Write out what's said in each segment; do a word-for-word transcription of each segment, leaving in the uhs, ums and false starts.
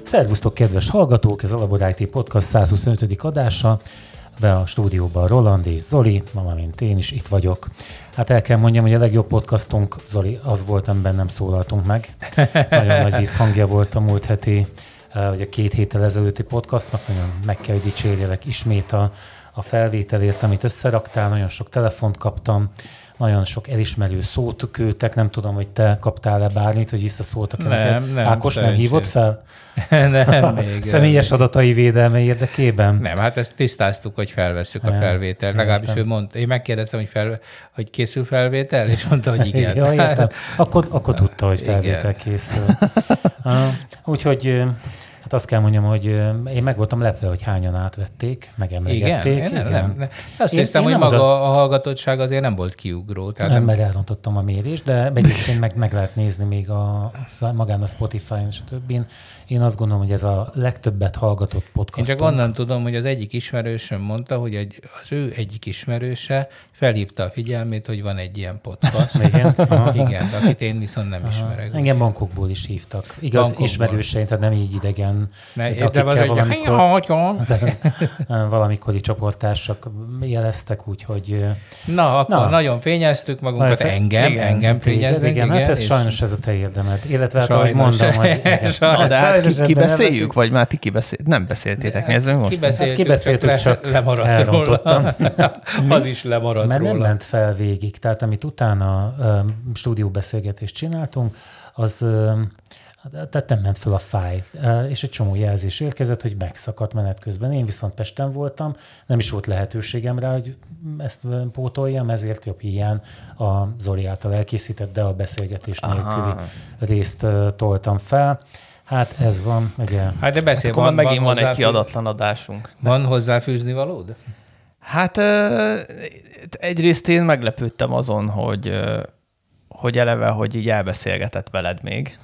Szervusztok, kedves hallgatók! Ez a Labor i té Podcast száz huszonötödik adása. Be a stúdióban Roland és Zoli, valamint én is itt vagyok. Hát el kell mondjam, hogy a legjobb podcastunk, Zoli, az volt, amiben nem szólaltunk meg. Nagyon nagy vízhangja volt a múlt heti, vagy a két héttel ezelőtti podcastnak. Nagyon meg kell, hogy dicsérjelek ismét a, a felvételért, amit összeraktál. Nagyon sok telefont kaptam, nagyon sok elismerő szót küldtek. Nem tudom, hogy te kaptál-e bármit, vagy visszaszóltak nem, neked. nem, Ákos nem hívott fel? nem, még. Személyes adatai védelme érdekében? Nem, hát ezt tisztáztuk, hogy felvesszük a felvételt. Legalábbis ő mondta, én megkérdeztem, hogy, fel, hogy készül felvétel, és mondta, hogy igen. Ja, értem. Akkor, akkor tudta, hogy felvétel igen. készül. Uh, úgyhogy hát azt kell mondjam, hogy én meg voltam lepve, hogy hányan átvették, megemlegették. Igen? igen. Nem, nem. Azt én, néztem, én hogy maga oda... a hallgatottság azért nem volt kiugró. Tehát nem, nem, mert elrontottam a mérést, de egyébként meg, meg lehet nézni még a, magán a Spotify-n és a többin. Én azt gondolom, hogy ez a legtöbbet hallgatott podcastunk. Én csak onnan tudom, hogy az egyik ismerősöm mondta, hogy egy, az ő egyik ismerőse felhívta a figyelmét, hogy van egy ilyen podcast. Igen? Igen, de akit én viszont nem Aha. ismerek. Engem bankokból is hívtak. Igaz, bankokból. Ismerőseim, tehát nem így idegen. Ne, de de az valamikor, de, valamikori csoporttársak jeleztek, úgyhogy... Na, akkor na. nagyon fényeztük magunkat. Fe... Engem, igen, engem fényeztük. Igen, igen, hát ez és... sajnos ez a te érdemed. Illetve hát, ahogy mondom, hogy... Na, de hát ki, kibeszéljük, vagy már ti kibeszél... nem beszéltétek, nézzük most? Kibeszéltük, hát kibeszéltük csak, csak lemaradt róla. Az is lemaradt Mert róla. nem ment fel végig. Tehát amit utána um, stúdióbeszélgetést csináltunk, az... Um, tehát nem ment fel a fájl, és egy csomó jelzés érkezett, hogy megszakadt menet közben. Én viszont Pesten voltam, nem is volt lehetőségem rá, hogy ezt pótoljam, ezért jobb hiány a Zoli által elkészített, de a beszélgetés nélküli részt toltam fel. Hát ez van, ugye. Hát de beszél, hát van, megint van, van egy kiadatlan adásunk. Van hozzáfűzni valód? Hát egyrészt én meglepődtem azon, hogy hogy eleve, hogy így elbeszélgetett veled még.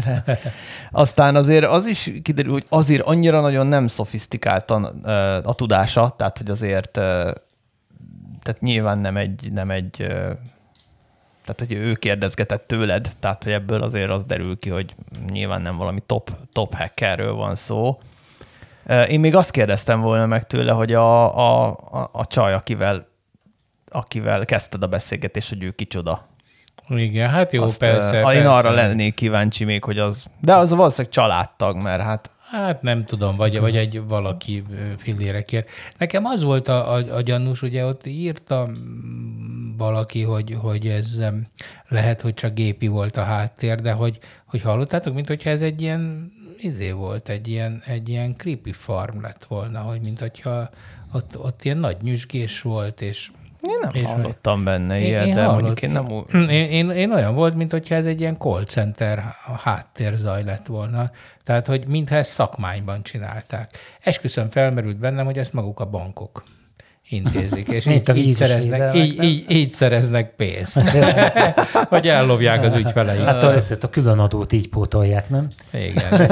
Aztán azért az is kiderül, hogy azért annyira nagyon nem szofisztikáltan a tudása, tehát hogy azért tehát nyilván nem egy, nem egy tehát hogy ő kérdezgetett tőled, tehát hogy ebből azért az derül ki, hogy nyilván nem valami top, top hackerről van szó. Én még azt kérdeztem volna meg tőle, hogy a, a, a, a csaj, akivel, akivel kezdted a beszélgetést, hogy ő kicsoda. Igen, hát jó, Azt, persze. Én persze. arra lennék kíváncsi még, hogy az... De az valószínűleg családtag, mert hát... Hát nem tudom, vagy, vagy egy valaki fillére kér. Nekem az volt a, a, a gyanús, ugye ott írta valaki, hogy, hogy ez lehet, hogy csak gépi volt a háttér, de hogy, hogy hallottátok, mint hogyha ez egy ilyen izé volt, egy ilyen, egy ilyen creepy farm lett volna, hogy mint hogyha ott, ott ilyen nagy nyüzsgés volt, és Én nem és hallottam benne ilyet, én de hallott, mondjuk én nem úgy... Én, én, én olyan volt, mint hogyha ez egy ilyen call center háttérzaj lett volna. Tehát, hogy mintha ezt szakmányban csinálták. Esküszöm felmerült bennem, hogy ezt maguk a bankok intézik, és így, így, szereznek, így, így, így szereznek pénzt. Vagy ellopják az ügyfeleit. Hát a, a különadót így pótolják, nem? Igen.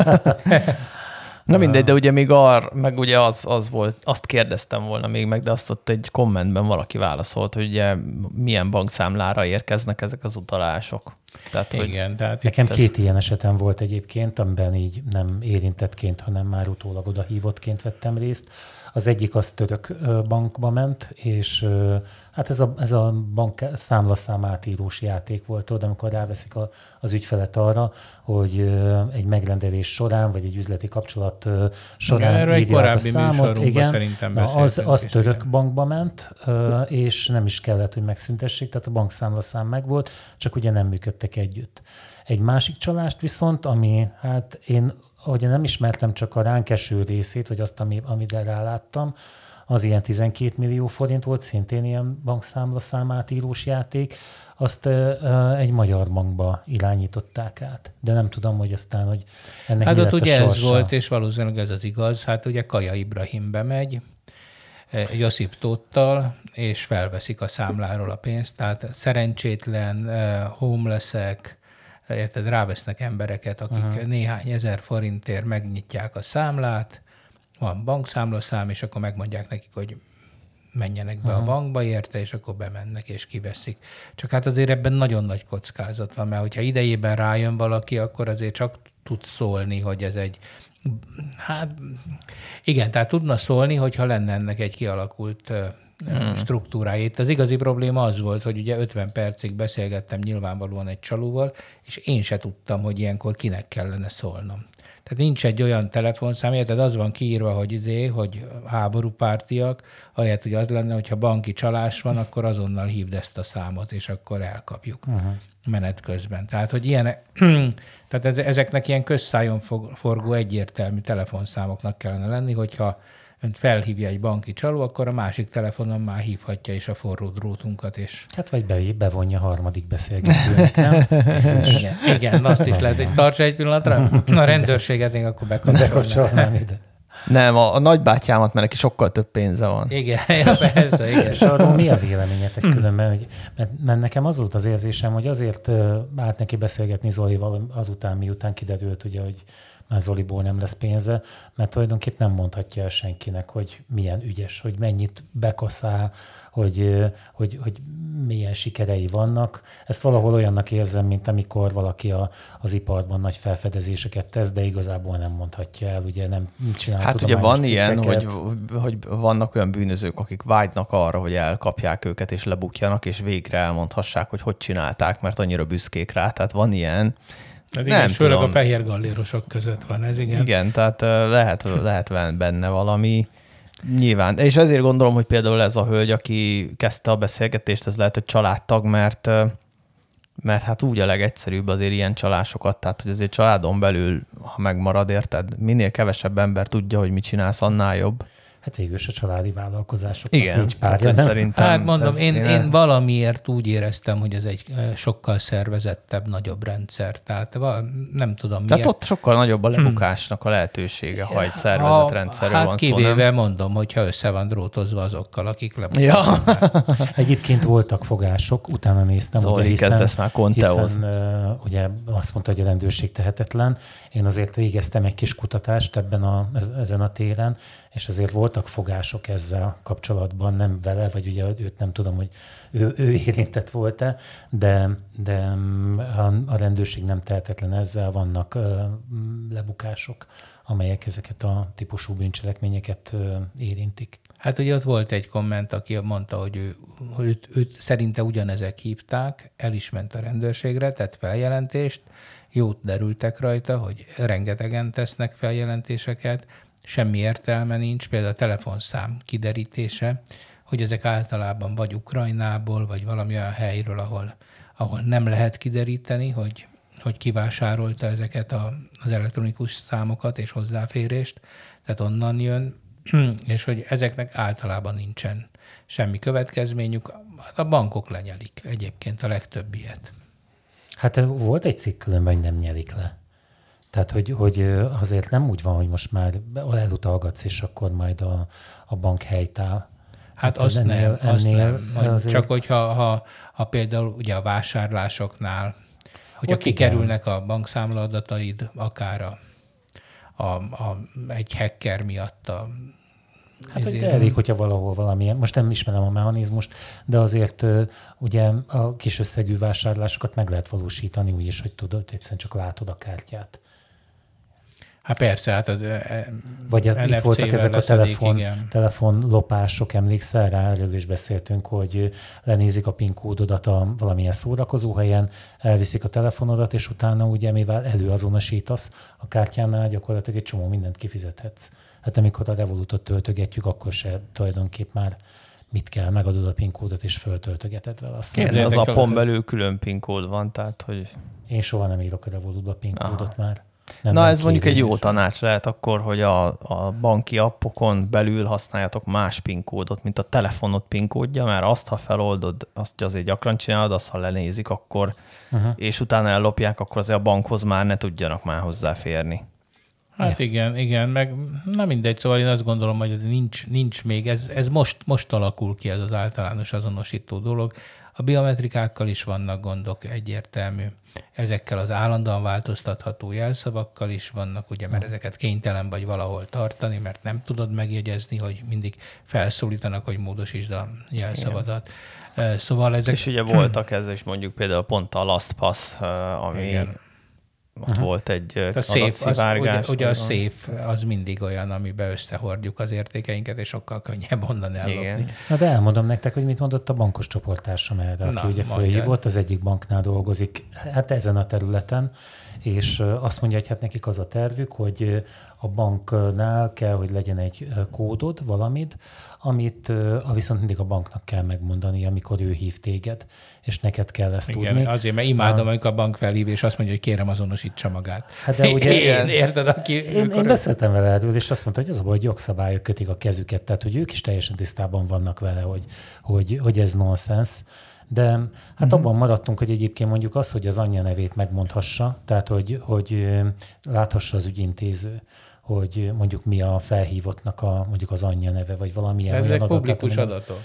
Na mindegy, de ugye még ar, meg ugye az, az volt, azt kérdeztem volna még meg, de azt ott egy kommentben valaki válaszolt, hogy ugye milyen bankszámlára érkeznek ezek az utalások. Tehát, igen, hogy tehát nekem két ez... ilyen esetem volt egyébként, amiben így nem érintettként, hanem már utólag oda hívottként vettem részt. Az egyik az török bankba ment, és hát ez a, ez a bank számlaszám átírós játék volt ott, amikor ráveszik a, az ügyfelet arra, hogy egy megrendelés során, vagy egy üzleti kapcsolat során írja át a számot. Igen, na, az, az török igen. bankba ment, és nem is kellett, hogy megszüntessék, tehát a bankszámlaszám megvolt, csak ugye nem működtek együtt. Egy másik csalást viszont, ami hát én ahogy nem ismertem csak a ránk eső részét, vagy azt, ami, amire ráláttam, az ilyen tizenkét millió forint volt, szintén ilyen bankszámlaszám átírós játék, azt uh, egy magyar bankba irányították át. De nem tudom, hogy aztán, hogy ennek hát mi ott lett ugye a ez volt, és valószínűleg ez az igaz. Hát ugye Kaja Ibrahim bemegy, Josip Tóttal, és felveszik a számláról a pénzt. Tehát szerencsétlen uh, homelessek, érted, rávesznek embereket, akik uh-huh. néhány ezer forintért megnyitják a számlát, van bankszámlaszám, és akkor megmondják nekik, hogy menjenek be Aha. a bankba érte, és akkor bemennek és kiveszik. Csak hát azért ebben nagyon nagy kockázat van, mert hogyha idejében rájön valaki, akkor azért csak tud szólni, hogy ez egy hát igen, tehát tudna szólni, hogyha lenne ennek egy kialakult hmm. struktúrája. Itt az igazi probléma az volt, hogy ugye ötven percig beszélgettem nyilvánvalóan egy csalóval, és én se tudtam, hogy ilyenkor kinek kellene szólnom. Tehát nincs egy olyan telefonszám, tehát az van kiírva, hogy izé, hogy háborúpártiak, ahelyett, hogy az lenne, hogyha banki csalás van, akkor azonnal hívd ezt a számot, és akkor elkapjuk uh-huh. menet közben. Tehát, hogy ilyenek, tehát ezeknek ilyen közszájon forgó egyértelmű telefonszámoknak kellene lenni, hogyha önt felhívja egy banki csaló, akkor a másik telefonon már hívhatja is a forró drótunkat. És... Hát vagy be, bevonja harmadik beszélgetőt, nem? igen, igen, azt is lehet, hogy tartsa egy pillanatra, a rendőrséget még akkor bekapcsolnám ide. Nem, a, a nagybátyámat, mert neki sokkal több pénze van. Igen, ja, persze, igen. És arról mi a véleményetek különben? Hogy, mert, mert nekem az volt az érzésem, hogy azért állt neki beszélgetni Zolival azután, miután kiderült, ugye, hogy már Zoliból nem lesz pénze, mert tulajdonképpen nem mondhatja el senkinek, hogy milyen ügyes, hogy mennyit bekaszál, hogy, hogy, hogy milyen sikerei vannak. Ezt valahol olyannak érzem, mint amikor valaki a, az iparban nagy felfedezéseket tesz, de igazából nem mondhatja el, ugye nem csinál Hát ugye van ilyen, hogy, hogy vannak olyan bűnözők, akik vágynak arra, hogy elkapják őket és lebukjanak, és végre elmondhassák, hogy hogy csinálták, mert annyira büszkék rá. Tehát van ilyen. Hát igen, nem főleg tudom. A fehér gallérosok között van ez, igen. Igen, tehát lehet, lehet benne valami. Nyilván. És ezért gondolom, hogy például ez a hölgy, aki kezdte a beszélgetést, ez lehet, hogy családtag, mert, mert hát úgy a legegyszerűbb azért ilyen csalásokat, tehát hogy azért családon belül, ha megmarad, érted, minél kevesebb ember tudja, hogy mit csinálsz, annál jobb. Hát végül is a családi vállalkozások. Igen, nincs párja, nem? Szerintem hát mondom, ez, én, én, én valamiért úgy éreztem, hogy ez egy sokkal szervezettebb, nagyobb rendszer. Tehát nem tudom miért. Tehát ott sokkal nagyobb a lebukásnak a lehetősége, ha egy szervezett rendszerről hát van szó. Hát kivéve nem? mondom, hogyha össze van drótozva azokkal, akik lebukásnak. Ja. Egyébként voltak fogások, utána néztem. Zoli, ugye, hiszen, kezdesz már konteóz. Hiszen uh, ugye azt mondta, hogy a rendőrség tehetetlen. Én azért végeztem egy kis kutatást ebben a, ezen a téren, és azért voltak fogások ezzel kapcsolatban, nem vele, vagy ugye őt nem tudom, hogy ő, ő érintett volt-e, de, de a, a rendőrség nem tehetetlen ezzel, vannak ö, lebukások, amelyek ezeket a típusú bűncselekményeket ö, érintik. Hát ugye ott volt egy komment, aki mondta, hogy ő, őt, őt szerinte ugyanezek hívták, el is ment a rendőrségre, tett feljelentést, jót derültek rajta, hogy rengetegen tesznek feljelentéseket, semmi értelme nincs, például a telefonszám kiderítése, hogy ezek általában vagy Ukrajnából, vagy valami olyan helyről, ahol, ahol nem lehet kideríteni, hogy, hogy kivásárolta ezeket a, az elektronikus számokat és hozzáférést, tehát onnan jön, és hogy ezeknek általában nincsen semmi következményük. A bankok lenyelik egyébként a legtöbb ilyet. Hát volt egy cikk különben, hogy nem nyelik le. Tehát, hogy, hogy azért nem úgy van, hogy most már elutalgatsz, és akkor majd a, a bank helytáll. Hát, hát azt ennél, nem, azt ennél nem. Azért... Csak hogyha ha, ha például ugye a vásárlásoknál, hogyha kikerülnek igen. a bankszámla adataid, akár a, a, a, egy hacker miatt a Hát, hogy elég, hogyha valahol valamilyen, most nem ismerem a mechanizmust, de azért ugye a kis összegű vásárlásokat meg lehet valósítani úgy is, hogy tudod, egyszerűen csak látod a kártyát. Hát persze, hát az vagy en ef cé-vel itt voltak ezek a telefon, telefonlopások, emlékszel rá, erről is beszéltünk, hogy lenézik a PIN kódodat a valamilyen szórakozó helyen, elviszik a telefonodat, és utána ugye, mivel előazonosítasz a kártyánál, gyakorlatilag egy csomó mindent kifizethetsz. Hát amikor a Revolutot töltögetjük, akkor se tulajdonképp már mit kell, megadod a PIN kódot, és föltöltögeted vele. Igen, az appon belül külön PIN kód van, tehát hogy... Én soha nem írok a Revolutba PIN kódot Aha. már. Nem Na ez mondjuk egy jó tanács lehet akkor, hogy a, a banki appokon belül használjatok más PIN kódot, mint a telefonod PIN kódja, mert azt, ha feloldod, azt azért gyakran csinálod, azt, ha lenézik, akkor, uh-huh. és utána ellopják, akkor azért a bankhoz már ne tudjanak már hozzáférni. Hát ja. igen, igen, meg na mindegy, szóval én azt gondolom, hogy ez nincs, nincs még, ez, ez most, most alakul ki ez az általános azonosító dolog. A biometrikákkal is vannak gondok, egyértelmű. Ezekkel az állandóan változtatható jelszavakkal is vannak, ugye, mert ezeket kénytelen vagy valahol tartani, mert nem tudod megjegyezni, hogy mindig felszólítanak, hogy módosítsd a jelszavadat. Igen. Szóval ezek... És ugye voltak ez is mondjuk például pont a LastPass, ami igen. ott uh-huh. volt egy adatszivárgás. Ugye, ugye a Safe az mindig olyan, amiben összehordjuk az értékeinket, és sokkal könnyebb onnan ellopni. Na de elmondom nektek, hogy mit mondott a bankos csoporttársam erre, aki Na, ugye fölhívott, az egyik banknál dolgozik, hát ezen a területen, és azt mondja, hogy hát nekik az a tervük, hogy a banknál kell, hogy legyen egy kódod, valamit, amit viszont mindig a banknak kell megmondani, amikor ő hív téged, és neked kell ezt Igen, tudni. Azért, mert imádom, a... amikor a bank felhív, és azt mondja, hogy kérem, azonosítsa magát. Hát de ugye én, érted, aki... Én, én beszéltem vele erről, és azt mondta, hogy az a baj, hogy jogszabályok kötik a kezüket, tehát hogy ők is teljesen tisztában vannak vele, hogy, hogy, hogy ez nonsens. De hát uh-huh. abban maradtunk, hogy egyébként mondjuk az, hogy az anyja nevét megmondhassa, tehát hogy, hogy láthassa az ügyintéző, hogy mondjuk mi a felhívottnak a, mondjuk az anyja neve, vagy valamilyen olyan adat. Publikus adatok.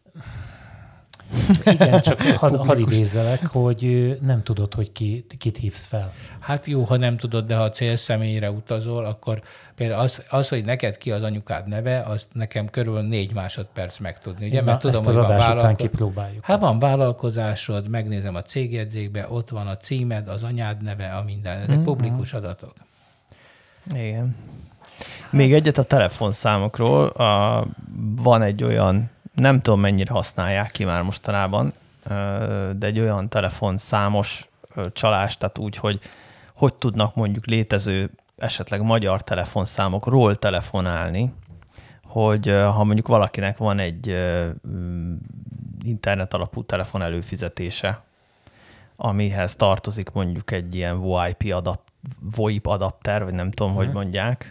Igen, csak hadd had idézzelek, hogy nem tudod, hogy ki, kit hívsz fel. Hát jó, ha nem tudod, de ha a célszemélyre utazol, akkor például az, az, hogy neked ki az anyukád neve, azt nekem körülbelül négy másodperc megtudni. Ugye? Na, Mert tudom, ezt az hogy adás vállalko... után kipróbáljuk. Hát van vállalkozásod, megnézem a cégjegyzékbe, ott van a címed, az anyád neve, a minden. Ezek mm-hmm. publikus adatok. Igen. Még egyet a telefonszámokról. A, van egy olyan, nem tudom mennyire használják ki már mostanában, de egy olyan telefonszámos csalás, tehát úgy, hogy hogy tudnak mondjuk létező esetleg magyar telefonszámokról telefonálni, hogy ha mondjuk valakinek van egy internet alapú telefon előfizetése, amihez tartozik mondjuk egy ilyen vé i pé adap, vé i pé adapter, vagy nem tudom, hmm. hogy mondják.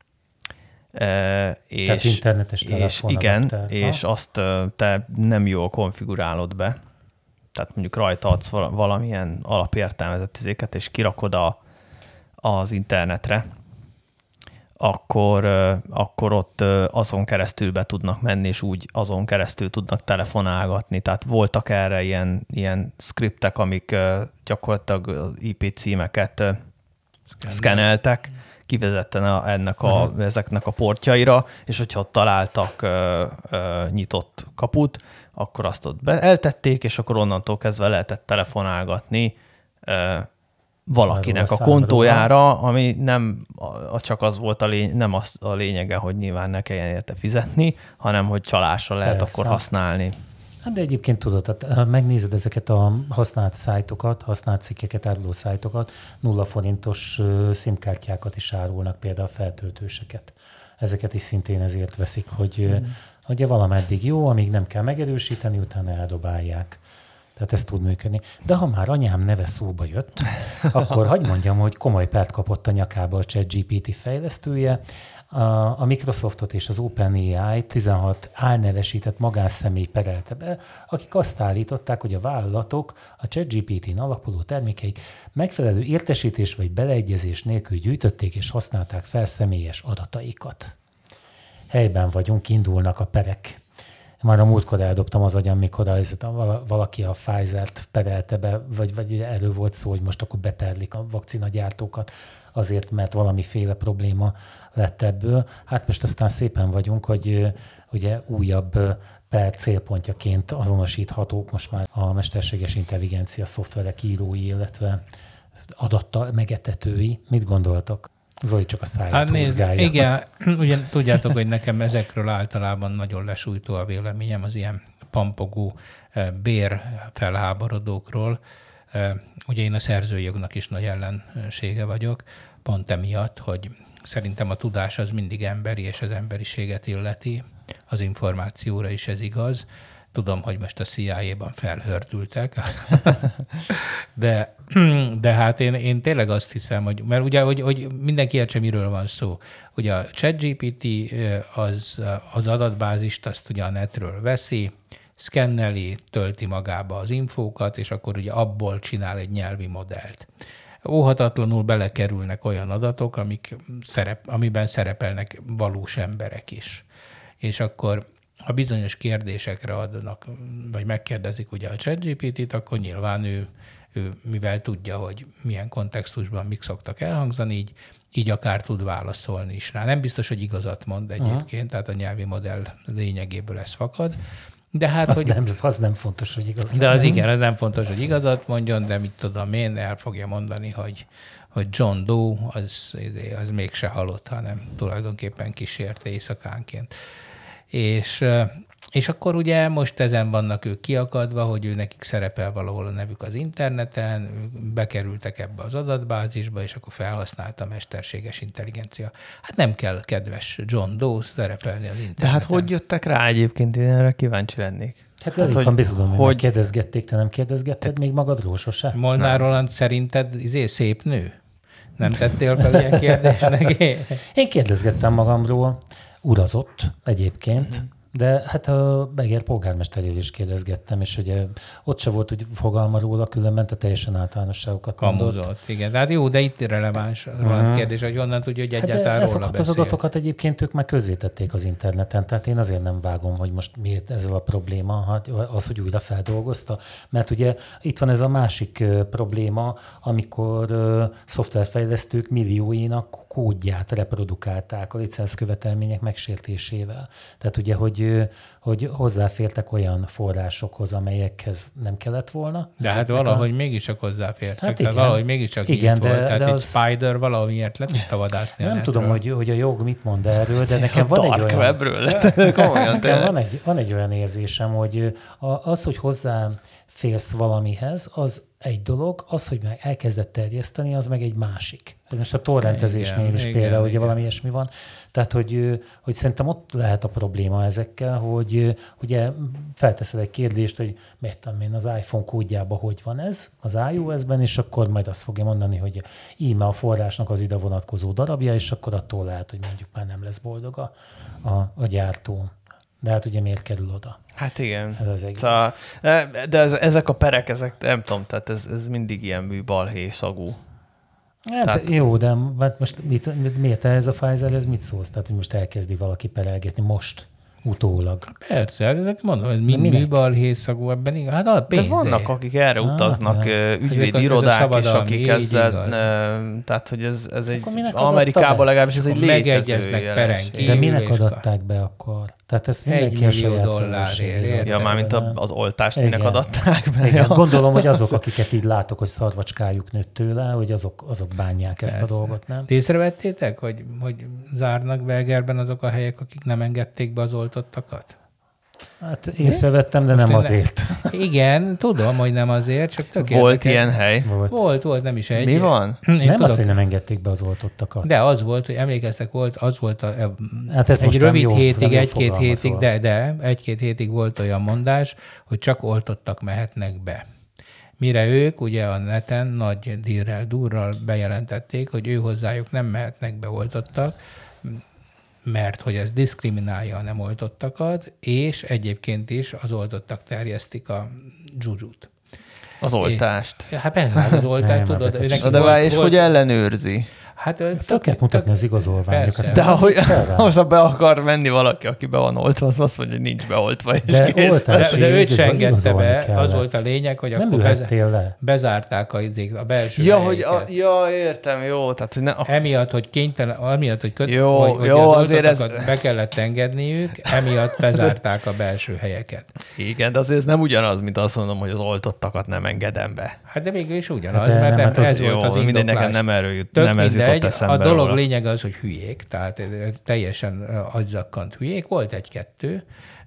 E, és, Tehát internetes telefon és igen, adapter. És azt te nem jól konfigurálod be. Tehát mondjuk rajta adsz valamilyen alapértelmezett izéket, és kirakod a, az internetre, akkor, akkor ott azon keresztül be tudnak menni, és úgy azon keresztül tudnak telefonálgatni. Tehát voltak erre ilyen, ilyen skriptek, amik gyakorlatilag az i pé címeket szkeneltek, kivezetten a, ennek a, uh-huh. ezeknek a portjaira, és hogyha ott találtak ö, ö, nyitott kaput, akkor azt ott be, eltették, és akkor onnantól kezdve lehetett telefonálgatni ö, valakinek a, a kontójára, ami nem a, csak az volt a, lény, nem az a lényege, hogy nyilván ne kelljen érte fizetni, hanem hogy csalásra lehet Persze. akkor használni. Hát de egyébként tudod, tehát megnézed ezeket a használt szájtokat, használt cikkeket áruló szájtokat, nulla forintos szimkártyákat is árulnak, például feltöltőseket. Ezeket is szintén ezért veszik, hogy mm. ugye valameddig jó, amíg nem kell megerősíteni, utána eldobálják. Tehát ez tud működni. De ha már anyám neve szóba jött, akkor hagyd mondjam, hogy komoly pert kapott a nyakába a ChatGPT fejlesztője. A Microsoftot és az OpenAI tizenhat álnevesített magánszemély perelte be, akik azt állították, hogy a vállalatok a ChatGPT-n alapuló termékeik megfelelő értesítés vagy beleegyezés nélkül gyűjtötték és használták fel személyes adataikat. Helyben vagyunk, indulnak a perek. Már a múltkor eldobtam az agyam, mikor a, valaki a Pfizer-t perelte be, vagy, vagy erről volt szó, hogy most akkor beperlik a vakcinagyártókat, azért, mert valamiféle probléma lett ebből. Hát most aztán szépen vagyunk, hogy ugye újabb per célpontjaként azonosíthatók most már a mesterséges intelligencia szoftverek írói, illetve adattal megetetői. Mit gondoltok? Zoli csak a száját hát húzgálja. Igen, ugye tudjátok, hogy nekem ezekről általában nagyon lesújtó a véleményem, az ilyen pampogó bér felháborodókról. Ugye én a szerzői jognak is nagy ellensége vagyok, pont emiatt, hogy szerintem a tudás az mindig emberi, és az emberiséget illeti. Az információra is ez igaz. Tudom, hogy most a C I A-ban felhördültek, de, de hát én, én tényleg azt hiszem, hogy, mert ugye, hogy, hogy mindenki értse, miről van szó. Ugye a ChatGPT az, az adatbázist, azt ugye a netről veszi, szkenneli, tölti magába az infókat, és akkor ugye abból csinál egy nyelvi modellt. Óhatatlanul belekerülnek olyan adatok, amik szerep, amiben szerepelnek valós emberek is. És akkor ha bizonyos kérdésekre adnak, vagy megkérdezik ugye a ChatGPT-t, akkor nyilván ő, ő mivel tudja, hogy milyen kontextusban mik szoktak elhangzani, így, így akár tud válaszolni is rá. Nem biztos, hogy igazat mond egyébként, uh-huh. tehát a nyelvi modell lényegéből ez fakad. De hát, az, hogy, nem, az nem fontos, hogy igaz. De az igen, az nem fontos, hogy igazat mondjon, de mit tudom én, el fogja mondani, hogy, hogy John Doe az, az mégse halott, hanem tulajdonképpen kísérte éjszakánként. És, és akkor ugye most ezen vannak ők kiakadva, hogy ő nekik szerepel valahol a nevük az interneten, bekerültek ebbe az adatbázisba, és akkor felhasználta a mesterséges intelligencia. Hát nem kell, kedves John Doe, szerepelni az interneten. De hát hogy jöttek rá egyébként? Én erre kíváncsi lennék. Hát elég hát, van bizony, hogy, hogy kérdezgették, te nem kérdezgetted még magadról sose? Molnár Roland, szerinted izé szép nő? Nem tettél fel ilyen kérdést neki? Én kérdezgettem magamról, urazott egyébként, mm-hmm. de hát a Beger polgármesteréről is kérdezgettem, és ugye ott se volt úgy fogalma róla, különben te teljesen általánosságokat mondott. Kamuzott, igen. De hát jó, de itt releváns uh-huh. kérdés, hogy honnan tudja, hogy egyáltalán hát róla beszél. Az adatokat egyébként ők már közzétették az interneten, tehát én azért nem vágom, hogy most miért ezzel a probléma, az, hogy újra feldolgozta. Mert ugye itt van ez a másik probléma, amikor uh, szoftverfejlesztők millióinak kódját reprodukálták a licenszkövetelmények megsértésével. Tehát ugye, hogy, hogy hozzáfértek olyan forrásokhoz, amelyekhez nem kellett volna. De hát valahogy a... mégis csak hozzáfértek. Hát igen. Valahogy mégis csak igen, így de, volt. Tehát de egy az... Spider valamiért le tudta vadászni. Nem tudom, hogy, hogy a jog mit mond erről, de nekem van egy olyan... Webről. nekem van egy, van egy olyan érzésem, hogy az, hogy hozzáférsz valamihez, az egy dolog, az, hogy meg elkezdett terjeszteni, az meg egy másik. Most a torrentezésnél igen, is igen, például, hogy valami ilyesmi van. Tehát, hogy, hogy szerintem ott lehet a probléma ezekkel, hogy ugye felteszed egy kérdést, hogy miért tudom én, az iPhone kódjában hogy van ez, az iOS-ben, és akkor majd azt fogja mondani, hogy íme a forrásnak az ide vonatkozó darabja, és akkor attól lehet, hogy mondjuk már nem lesz boldog a, a, a gyártó. De hát ugye miért kerül oda? Hát igen. Ez az egész. Szóval, de ez, ezek a perek, ezek nem tudom, tehát ez, ez mindig ilyen műbalhé szagú. Hát tehát... jó, de most mit, mit, miért ez a Pfizer, ez mit szólsz? Tehát, hogy most elkezdi valaki perelgetni most, utólag. Persze, ezek mondom, hogy mind műbalhé szagú ebben igaz. Hát a pénzért. De vannak, akik erre ah, utaznak, ügyvédi irodák, és akik ezzel, tehát, hogy ez, ez egy Amerikában legalábbis ez egy létező jelenség. De minek adatták be akkor? Tehát ezt mindenki a saját dollárért. Ja, mármint az oltást igen. minek adatták be. Igen. Gondolom, hogy azok, akiket így látok, hogy szarvacskájuk nőtt tőle, hogy azok, azok bánják persze. ezt a dolgot, nem? Ti észrevettétek, hogy, hogy zárnak Belgerben azok a helyek, akik nem engedték be az oltottakat? Hát észrevettem, de most nem azért. Ne... Igen, tudom, hogy nem azért, csak tök Volt érdekes. ilyen hely? Volt. volt, volt, nem is egy. Mi van? Én nem tudok. Az, hogy nem engedték be az oltottakat. De az volt, hogy emlékeztek, volt, az volt a, hát ez egy rövid jó, hétig, egy-két hétig, de, de egy-két hétig volt olyan mondás, hogy csak oltottak mehetnek be. Mire ők ugye a neten nagy dírrel, durral bejelentették, hogy ő hozzájuk nem mehetnek be oltottak, mert hogy ez diszkriminálja a nem oltottakat, és egyébként is az oltottak terjesztik a dzsuzsut. Az oltást. É, hát persze, az oltást, nem, tudod. De volt, vár, és volt, hogy ellenőrzi? Hát fel kell mutatni az igazolványokat. De ahogy most ha be akar menni valaki, aki be van oltva, az azt mondja, hogy nincs beoltva, és de kész. De, de őt se engedte be, kellett. Az volt a lényeg, hogy nem akkor bezár, bezárták a, a belső ja, hogy a, ja, értem, jó. Tehát, hogy ne, a... Emiatt, hogy kénytelen, amiatt, hogy, köt, jó, hogy, hogy jó, az azért ez... be kellett engedniük, emiatt bezárták a belső helyeket. Igen, de azért ez nem ugyanaz, mint azt mondom, hogy az oltottakat nem engedem be. Hát de végül is ugyanaz, hát mert nem, hát az ez jó, volt az mindegy, nekem nem erről jut, nem ez jutott eszembe. A dolog lényeg az, hogy hülyék, tehát teljesen agyzakkant hülyék. Volt egy-kettő,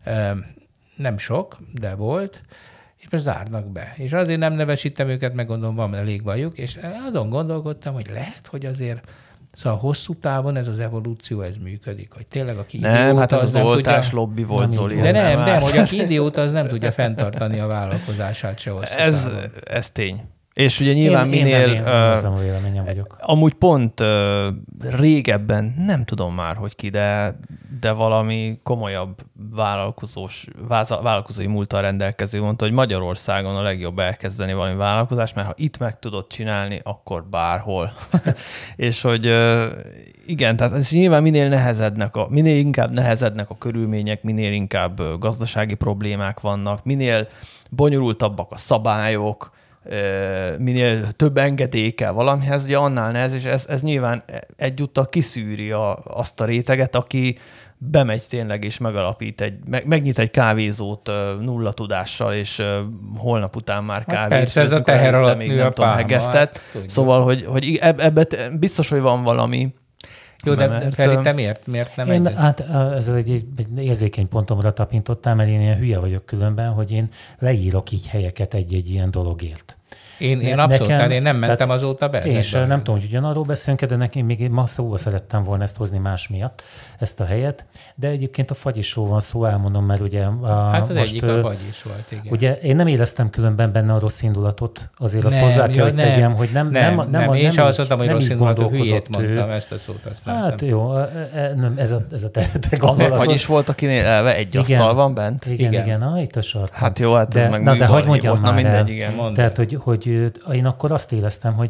nem sok, de volt, és most zárnak be. És azért nem nevesítem őket, meg gondolom van elég bajuk, és azon gondolkodtam, hogy lehet, hogy azért szóval hosszú távon ez az evolúció, ez működik, hogy tényleg aki nem, idióta, hát ez az, az oltás tudja, lobby volt, Zoli. De nem, nem, hogy aki idióta, az nem tudja fenntartani a vállalkozását se hosszú ez, távon. ez tény. És ugye nyilván én, minél... Én nem, én azon a véleményem vagyok. Amúgy pont uh, régebben, nem tudom már, hogy ki, de, de valami komolyabb vállalkozós, váza, vállalkozói múlttal rendelkező mondta, hogy Magyarországon a legjobb elkezdeni valami vállalkozást, mert ha itt meg tudod csinálni, akkor bárhol. És hogy uh, igen, tehát ez nyilván minél nehezednek, a, minél inkább nehezednek a körülmények, minél inkább uh, gazdasági problémák vannak, minél bonyolultabbak a szabályok, minél több engedély kell valamihez, ugye annál nehez, és ez, ez nyilván egyúttal kiszűri a, azt a réteget, aki bemegy tényleg és megalapít egy, meg, megnyit egy kávézót nulla tudással, és holnap után már kávé. Persze, ez a teher alatt nő a pálma. Hegesztett. Szóval, hogy, hogy ebben biztos, hogy van valami. Jó, de mert, Feri, te miért? Miért nem én, egy? Hát ez egy, egy, egy érzékeny pontomra tapintottál, mert én ilyen hülye vagyok különben, hogy én leírok így helyeket egy-egy ilyen dologért. Én, én abszolút, nekem, én nem mentem tehát, azóta be. És nem tudom, hogy ugyanarról beszélünk, de nekem még ma szóval szerettem volna ezt hozni más miatt, ezt a helyet. De egyébként a fagyisról van szó, elmondom, mert ugye... A, hát az most, egyik a fagyis volt, igen. Ugye én nem éreztem különben benne a rossz indulatot, azért azt hozzá kell, hogy tegyem, hogy nem... Nem, nem, nem, nem a, én sem azt mondtam, hogy rossz indulatú, hülyét mondtam, ezt a szót használtam. Hát jó, nem, ez a, ez a te, te az a fagyis volt, akinél elve egy igen, asztal van bent? Igen, igen, igen ah, itt a sarkon. Hát jó, hát ez meg na, de hogy mondjam volt, már na mindegy, el. igen. Tehát, hogy, hogy én akkor azt éreztem, hogy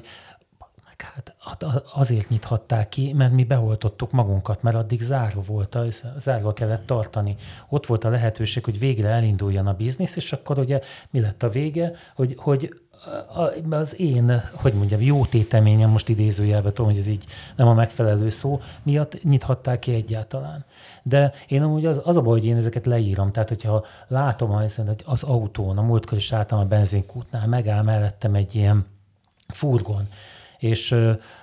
hát azért nyithatták ki, mert mi beoltottuk magunkat, mert addig zárva volt, zárva kellett tartani. Ott volt a lehetőség, hogy végre elinduljon a biznisz, és akkor ugye mi lett a vége, hogy, hogy az én, hogy mondjam, jó téteményem, most idézőjelben tudom, hogy ez így nem a megfelelő szó, miatt nyithatták ki egyáltalán. De én amúgy az, az a baj, hogy én ezeket leírom, tehát hogyha látom az autón, a múltkor is álltam a benzinkútnál, megáll mellettem egy ilyen furgon, és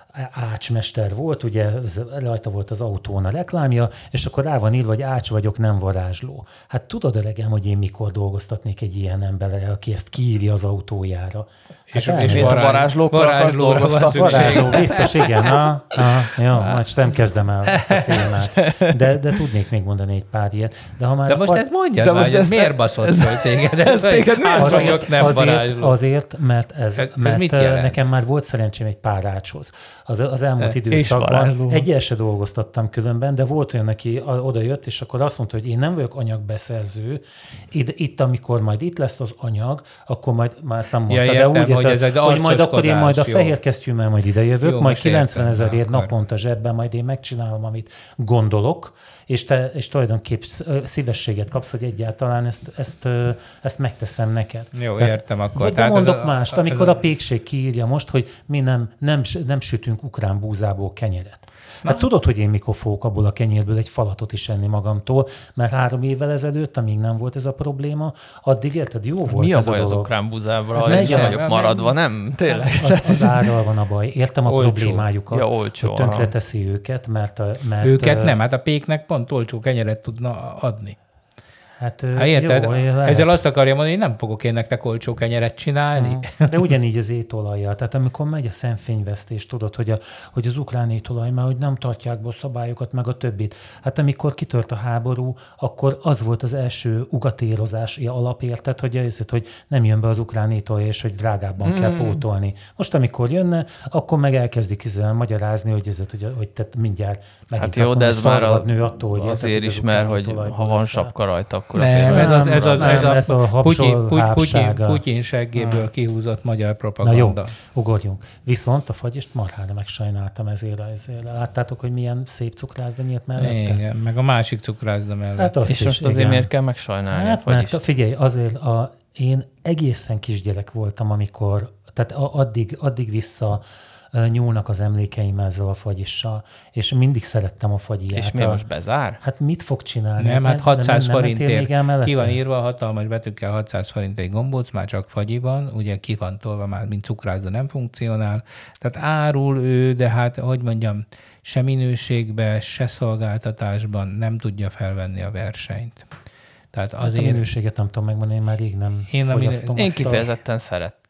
ácsmester volt, ugye rajta volt az autón a reklámja, és akkor rá van írva, hogy ács vagyok, nem varázsló. Hát tudod, öregem, hogy én mikor dolgoztatnék egy ilyen emberrel, aki ezt kiírja az autójára. És, hát és varázs, varázslókkal akarsz dolgoztatni? Varázsló, biztos, igen. Ha, ha, jó, most nem kezdem el ezt a témát. De, de tudnék még mondani egy pár ilyet. De, ha már de most fa... ezt mondjad de már, most hogy ezt miért baszott föl téged? Ez téged miért vagyok, nem azért, varázsló. Azért, mert, ez, ez mert nekem már volt szerencsém egy pár ácshoz. Az, az elmúlt e, időszakban egyel se dolgoztattam különben, de volt olyan, aki odajött, és akkor azt mondta, hogy én nem vagyok anyagbeszerző. Itt, itt amikor majd itt lesz az anyag, akkor majd, már ezt nem mondta, ja, de értem, úgy értem, hogy, ez hogy majd akkor én majd a jó. fehér kesztyűmmel majd ide jövök, jó, majd kilencven ezerért akar. naponta zsebben, majd én megcsinálom, amit gondolok, és te és tulajdonképp szívességet kapsz, hogy egyáltalán ezt, ezt, ezt megteszem neked. Jó, Tehát, értem akkor. De Tehát mondok a, mást, amikor a pékség kiírja most, hogy mi nem, nem, nem sütünk ukrán búzából kenyeret. Hát tudod, hogy én mikor fogok abból a kenyérből egy falatot is enni magamtól, mert három évvel ezelőtt, amíg nem volt ez a probléma, addig érted, jó volt mi ez a baj a az dolog. ukrán búzával? Hát Én vagyok maradva, nem? Tényleg? Az, az árral van a baj. Értem a olcsó. problémájukat, Ja, olcsó, hogy tönkreteszi őket, mert... mert őket nem, hát a péknek pont olcsó kenyeret tudna adni. Hát, hát érted? Jó, ezzel azt akarja mondani, hogy nem fogok én nektek olcsó kenyeret csinálni. Uh-huh. De ugyanígy az étolajjal. Tehát amikor megy a szemfényvesztés, tudod, hogy, a, hogy az ukrán étolaj, mert hogy nem tartják be a szabályokat, meg a többit. Hát amikor kitört a háború, akkor az volt az első ugatérozási alapértet, hogy, azért, hogy nem jön be az ukrán étolaj, és hogy drágábban mm. kell pótolni. Most amikor jönne, akkor meg elkezdik izzel magyarázni, hogy, ezért, hogy, hogy te mindjárt megint hát jó, de ez már a, nő attól, hogy azért érted, is, mert hogy ha van sapka rajta, Nem, ez, az, ez, az, ez, a, ez a Putyin, Putyin, Putyin seggéből kihúzott magyar propaganda. Na jó, ugorjunk. Viszont a fagyist marhára megsajnáltam ezért, ezért. Láttátok, hogy milyen szép cukrászda nyílt mellette? Igen, meg a másik cukrászda mellett. Hát azt és is, most azért igen. miért kell megsajnálni? Hát mert figyelj, azért a, én egészen kisgyerek voltam, amikor, tehát addig, addig vissza nyúlnak az emlékeim ezzel a fagyissal, és mindig szerettem a fagyiját. És mi most bezár? Hát mit fog csinálni? Nem, hát hatszáz nem, forintért. Ki van írva hatalmas betűkkel hatszáz forint egy gombóc, már csak fagyi van, ugye ki van tolva már, mint cukrászda nem funkcionál. Tehát árul ő, de hát, hogy mondjam, se minőségben, se szolgáltatásban nem tudja felvenni a versenyt. Tehát azért... Hát a minőséget nem tudom megmondani, én már rég nem én fogyasztom. Én kifejezetten szeret.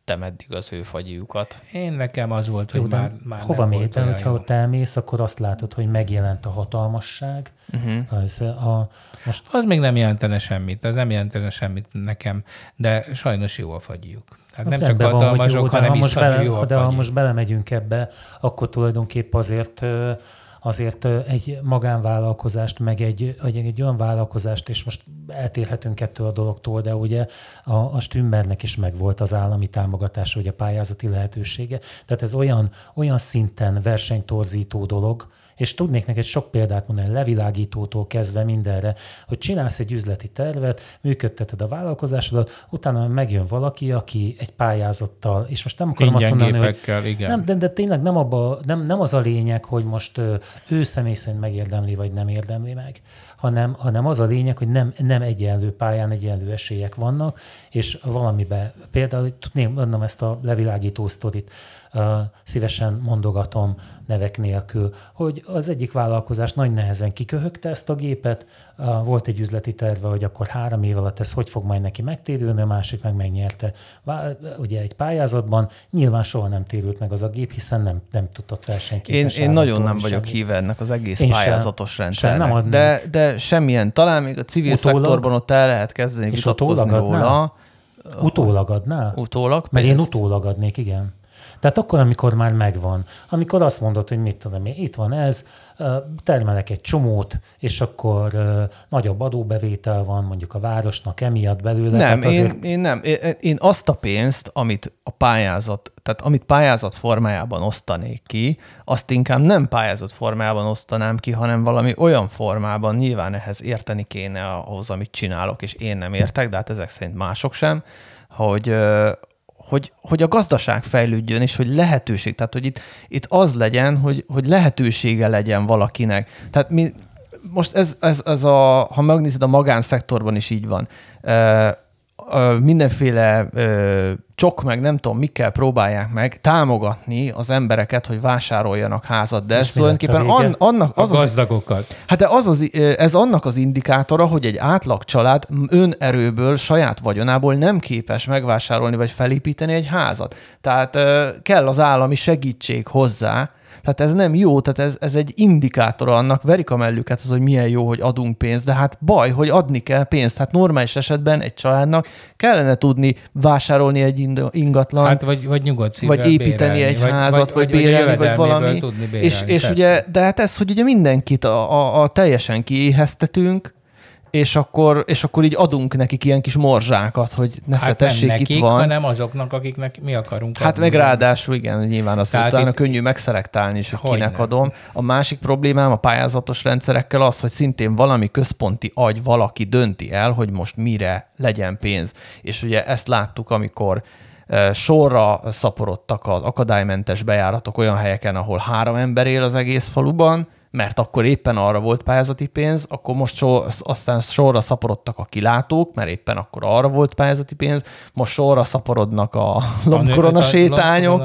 vettem eddig az ő fagyiukat. Én nekem az volt, hogy Jó, már, már hova mész, de hogyha jó. ott elmész, akkor azt látod, hogy megjelent a hatalmasság. Uh-huh. Az, a, most... az még nem jelentene semmit, az nem jelentene semmit nekem, de sajnos jó a fagyiuk. Tehát nem csak hatalmasok, hanem is jó a De ha most belemegyünk ebbe, akkor tulajdonképp azért azért egy magánvállalkozást, meg egy, egy olyan vállalkozást, és most eltérhetünk ettől a dologtól, de ugye a, a Stümmernek is megvolt az állami támogatása, vagy a pályázati lehetősége. Tehát ez olyan, olyan szinten versenytorzító dolog, és tudnék neked sok példát mondani, levilágítótól kezdve mindenre, hogy csinálsz egy üzleti tervet, működteted a vállalkozásodat, utána megjön valaki, aki egy pályázattal, és most nem akarom azt mondani, hogy igen. Nem, de, de tényleg nem, abba, nem, nem az a lényeg, hogy most ő személy szerint megérdemli, vagy nem érdemli meg, hanem, hanem az a lényeg, hogy nem, nem egyenlő pályán egyenlő esélyek vannak, és valamiben, például tudném mondom ezt a levilágító sztorit, uh, szívesen mondogatom nevek nélkül, hogy az egyik vállalkozás nagy nehezen kiköhögte ezt a gépet, uh, volt egy üzleti terve, hogy akkor három év alatt ez hogy fog majd neki megtérülni, a másik meg megnyerte. Ugye egy pályázatban nyilván soha nem térült meg az a gép, hiszen nem, nem tudott versenyképes. Én, én nagyon nem vagyok híve ennek az egész én pályázatos sem, rendszernek, sem, de, de semmilyen, talán még a civil utólag, szektorban ott el lehet kezdeni vitatkozni róla. Utólag adnál? Utólag? Mert én utólag adnék, igen. Tehát akkor, amikor már megvan, amikor azt mondod, hogy mit tudom én, itt van ez, termelek egy csomót, és akkor nagyobb adóbevétel van mondjuk a városnak emiatt belőle. Nem, azért... én, én nem. Én, én azt a pénzt, amit a pályázat, tehát amit pályázat formájában osztanék ki, azt inkább nem pályázat formájában osztanám ki, hanem valami olyan formában, nyilván ehhez érteni kéne ahhoz, amit csinálok, és én nem értek, de hát ezek szerint mások sem, hogy... Hogy, hogy a gazdaság fejlődjön, és hogy lehetőség, tehát hogy itt, itt az legyen, hogy, hogy lehetősége legyen valakinek. Tehát mi, most ez, ez, ez a, ha megnézed, a magánszektorban is így van. E, mindenféle e, csok, meg nem tudom, mikkel próbálják meg támogatni az embereket, hogy vásároljanak házat, de és ez tulajdonképpen an, annak az a gazdagokat. Az, hát de az az, ez annak az indikátora, hogy egy átlag család önerőből, saját vagyonából nem képes megvásárolni vagy felépíteni egy házat. Tehát kell az állami segítség hozzá. Tehát ez nem jó, tehát ez, ez egy indikátora annak, verik a mellüket az, hogy milyen jó, hogy adunk pénzt, de hát baj, hogy adni kell pénzt. Hát normális esetben egy családnak kellene tudni vásárolni egy ingatlan, hát vagy, vagy nyugodt szívvel vagy építeni bérelni, egy vagy, házat, vagy, vagy bérelni, vagy valami. Bérelni, és és ugye, de hát ez, hogy ugye mindenkit a, a, a teljesen kiéheztetünk, és akkor, és akkor így adunk nekik ilyen kis morzsákat, hogy ne hát tessék, nem nekik, itt van. hanem azoknak, akiknek mi akarunk Hát adni. meg ráadásul igen, nyilván az utána itt... könnyű megszelektálni is, hogy hogy kinek nem. adom. A másik problémám a pályázatos rendszerekkel az, hogy szintén valami központi agy valaki dönti el, hogy most mire legyen pénz. És ugye ezt láttuk, amikor sorra szaporodtak az akadálymentes bejáratok olyan helyeken, ahol három ember él az egész faluban, mert akkor éppen arra volt pályázati pénz, akkor most sor, aztán sorra szaporodtak a kilátók, mert éppen akkor arra volt pályázati pénz, most sorra szaporodnak a lombkorona sétányok,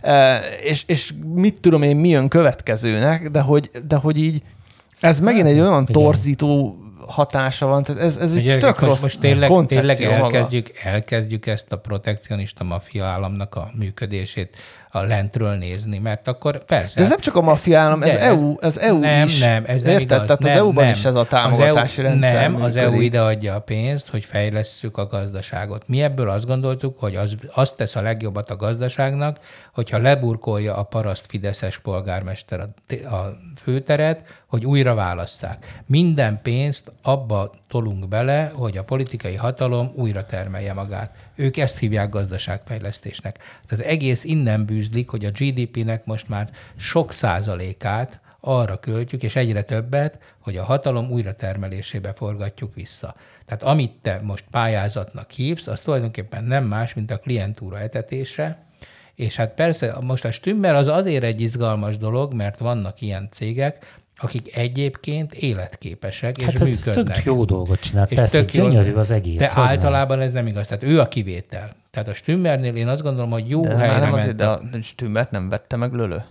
és, és mit tudom én, mi jön következőnek, de hogy, de hogy így ez megint egy olyan torzító hatása van, tehát ez, ez egy tök most, rossz most tényleg, koncepció tényleg maga. elkezdjük, elkezdjük ezt a protekcionista maffia államnak a működését a lentről nézni, mert akkor persze... De ez nem csak a maffia állam, ez é u, ez é u nem, is. Nem, ez nem Érted? igaz. Tehát nem, az é u-ban nem. is ez a támogatási az é u, rendszer Nem, működik. az é u ide adja a pénzt, hogy fejlesszük a gazdaságot. Mi ebből azt gondoltuk, hogy az, azt tesz a legjobbat a gazdaságnak, hogyha leburkolja a paraszt fideszes polgármester a, a főteret, hogy újra válasszák. Minden pénzt abba tolunk bele, hogy a politikai hatalom újra termelje magát. Ők ezt hívják gazdaságfejlesztésnek. Az egész innen bűzlik, hogy a gé dé pének most már sok százalékát arra költjük, és egyre többet, hogy a hatalom újratermelésébe forgatjuk vissza. Tehát amit te most pályázatnak hívsz, az tulajdonképpen nem más, mint a klientúra etetése, és hát persze most a Stümmer az azért egy izgalmas dolog, mert vannak ilyen cégek, akik egyébként életképesek és hát működnek. Hát ez tök jó dolgot csinál, és persze, gyönyörű az egész. De általában nem? ez nem igaz. Tehát ő a kivétel. Tehát a Stümmernél én azt gondolom, hogy jó de helyre nem ment. azért, de a Stümmert nem vette meg Lölö.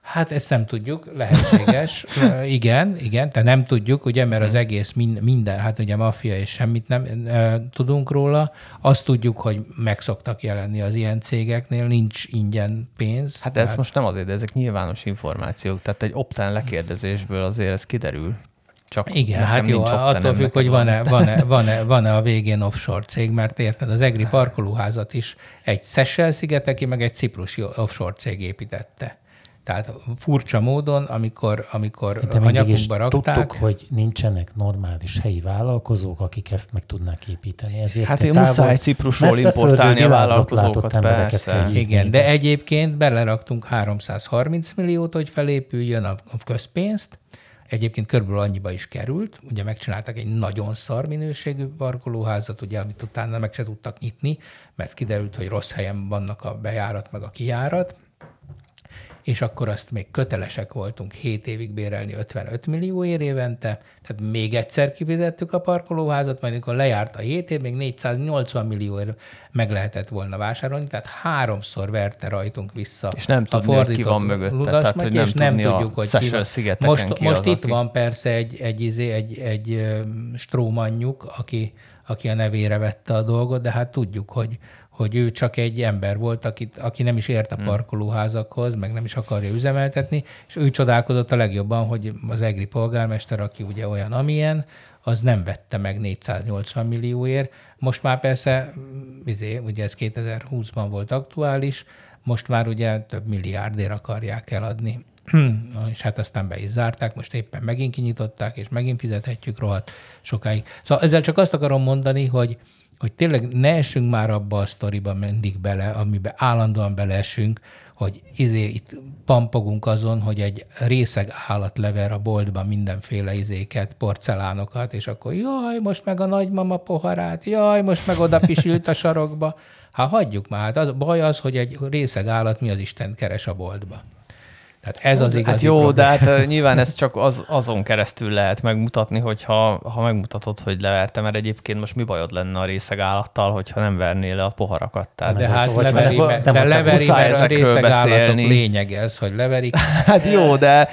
Hát ezt nem tudjuk, lehetséges. igen, igen, de nem tudjuk, ugye, mert az egész minden, hát ugye maffia és semmit nem e, tudunk róla. Azt tudjuk, hogy meg szoktak jelenni az ilyen cégeknél, nincs ingyen pénz. Hát tehát... ez most nem azért, de ezek nyilvános információk. Tehát egy opt-in lekérdezésből azért ez kiderül. Csak igen, hát jó, attól függ, hogy van-e, van-e, van-e, van-e a végén offshore cég, mert érted, az EGRI parkolóházat is egy Seychelles-szigeteki, meg egy ciprusi offshore cég építette. Tehát furcsa módon, amikor, amikor a nyakunkba rakták. Tudtuk, hogy nincsenek normális helyi vállalkozók, akik ezt meg tudnák építeni. Ezért hát én muszáj Ciprusról importálni a vállalkozókat, persze. Igen, de egyébként beleraktunk háromszázharminc milliót, hogy felépüljön a közpénzt. Egyébként körülbelül annyiba is került. Ugye megcsináltak egy nagyon szar minőségű parkolóházat, ugye, amit utána meg se tudtak nyitni, mert kiderült, hogy rossz helyen vannak a bejárat meg a kijárat. És akkor azt még kötelesek voltunk hét évig bérelni ötvenöt millióért évente, tehát még egyszer kifizettük a parkolóházat, majd amikor lejárt a hét év, még négyszáznyolcvan millióért meg lehetett volna vásárolni, tehát háromszor verte rajtunk vissza. És nem tudni, hogy ki van mögötte, tehát hogy nem, és nem tudni tudjuk, hogy ki van. Most, most itt aki... van persze egy, egy, egy, egy, egy strómanjuk, aki, aki a nevére vette a dolgot, de hát tudjuk, hogy hogy ő csak egy ember volt, akit, aki nem is ért a parkolóházakhoz, meg nem is akarja üzemeltetni, és ő csodálkozott a legjobban, hogy az EGRI polgármester, aki ugye olyan, amilyen, az nem vette meg négyszáznyolcvan millióért. Most már persze, ugye ez kétezer-húszban volt aktuális, most már ugye több milliárdért akarják eladni. És hát aztán be is zárták, most éppen megint kinyitották, és megint fizethetjük rohadt sokáig. Szóval ezzel csak azt akarom mondani, hogy hogy tényleg ne essünk már abba a sztoriba mindig bele, amiben állandóan beleesünk, hogy izé, itt pampogunk azon, hogy egy részeg állat lever a boltban mindenféle izéket, porcelánokat, és akkor jaj, most meg a nagymama poharát, jaj, most meg oda pisilt a sarokba. Hát hagyjuk már, hát az, baj az, hogy egy részeg állat mi az Isten keres a boltba. Tehát ez az igazi hát jó, probléma. De hát nyilván ezt csak az, azon keresztül lehet megmutatni, hogyha ha megmutatod, hogy leverte, mert egyébként most mi bajod lenne a részeg állattal, hogyha nem vernél le a poharakat. Tehát de hát leveri, mert, de leveri, mert a részeg állatok lényeg ez, hogy leverik. Hát jó, de,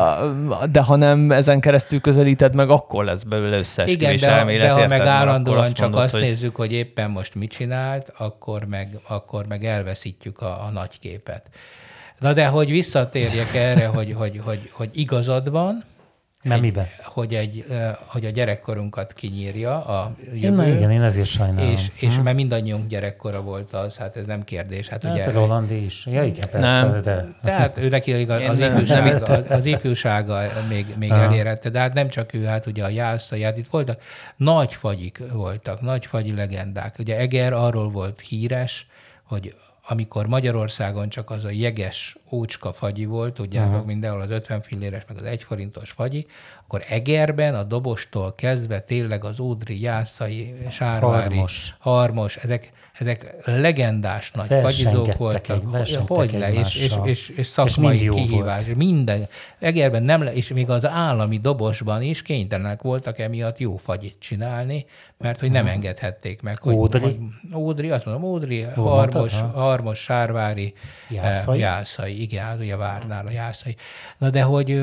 de ha nem ezen keresztül közelíted meg, akkor lesz belőle összeesküvés elmélet. De ha érted, meg állandóan azt csak mondod, azt hogy... nézzük, hogy éppen most mit csinált, akkor meg, akkor meg elveszítjük a, a nagy képet. Na de hogy visszatérjek erre, hogy, hogy, hogy, hogy igazad van, nem miben? Hogy, egy, hogy a gyerekkorunkat kinyírja a jövő. Na igen, én ezért sajnálom. És, és hmm. mert mindannyiunk gyerekkora volt az, hát ez nem kérdés. Hát, hát ugye, a Rolandi is. Ja, igen, persze. Nem. De... Tehát ő neki az, az, ifjúsága, az, az ifjúsága még, még elérette, de hát nem csak ő, hát ugye a Jászai, hát itt voltak nagy fagyik voltak, nagy fagyi legendák. Ugye Eger arról volt híres, hogy amikor Magyarországon csak az a jeges ócska fagyi volt, tudjátok, uh-huh. mindenhol az ötven filléres, meg az egy forintos fagyi, akkor Egerben a Dobostól kezdve tényleg az Ódri, Jászai, Sárvári, Harmos, Harmos ezek, ezek legendás nagy fagyizók voltak. Hogy le, és, és, és, és szakmai és kihívás. Volt. Minden. Egerben nem le, és még az állami dobosban is kénytelenek voltak emiatt jó fagyit csinálni, mert hogy nem hmm. engedhették meg. Hogy, Ódri? Hogy, Ódri, azt mondom, Ódri, Harmos, Harmos, Sárvári, Jászai. Jászai, igen, hát ugye Várnál a Jászai. Na de hogy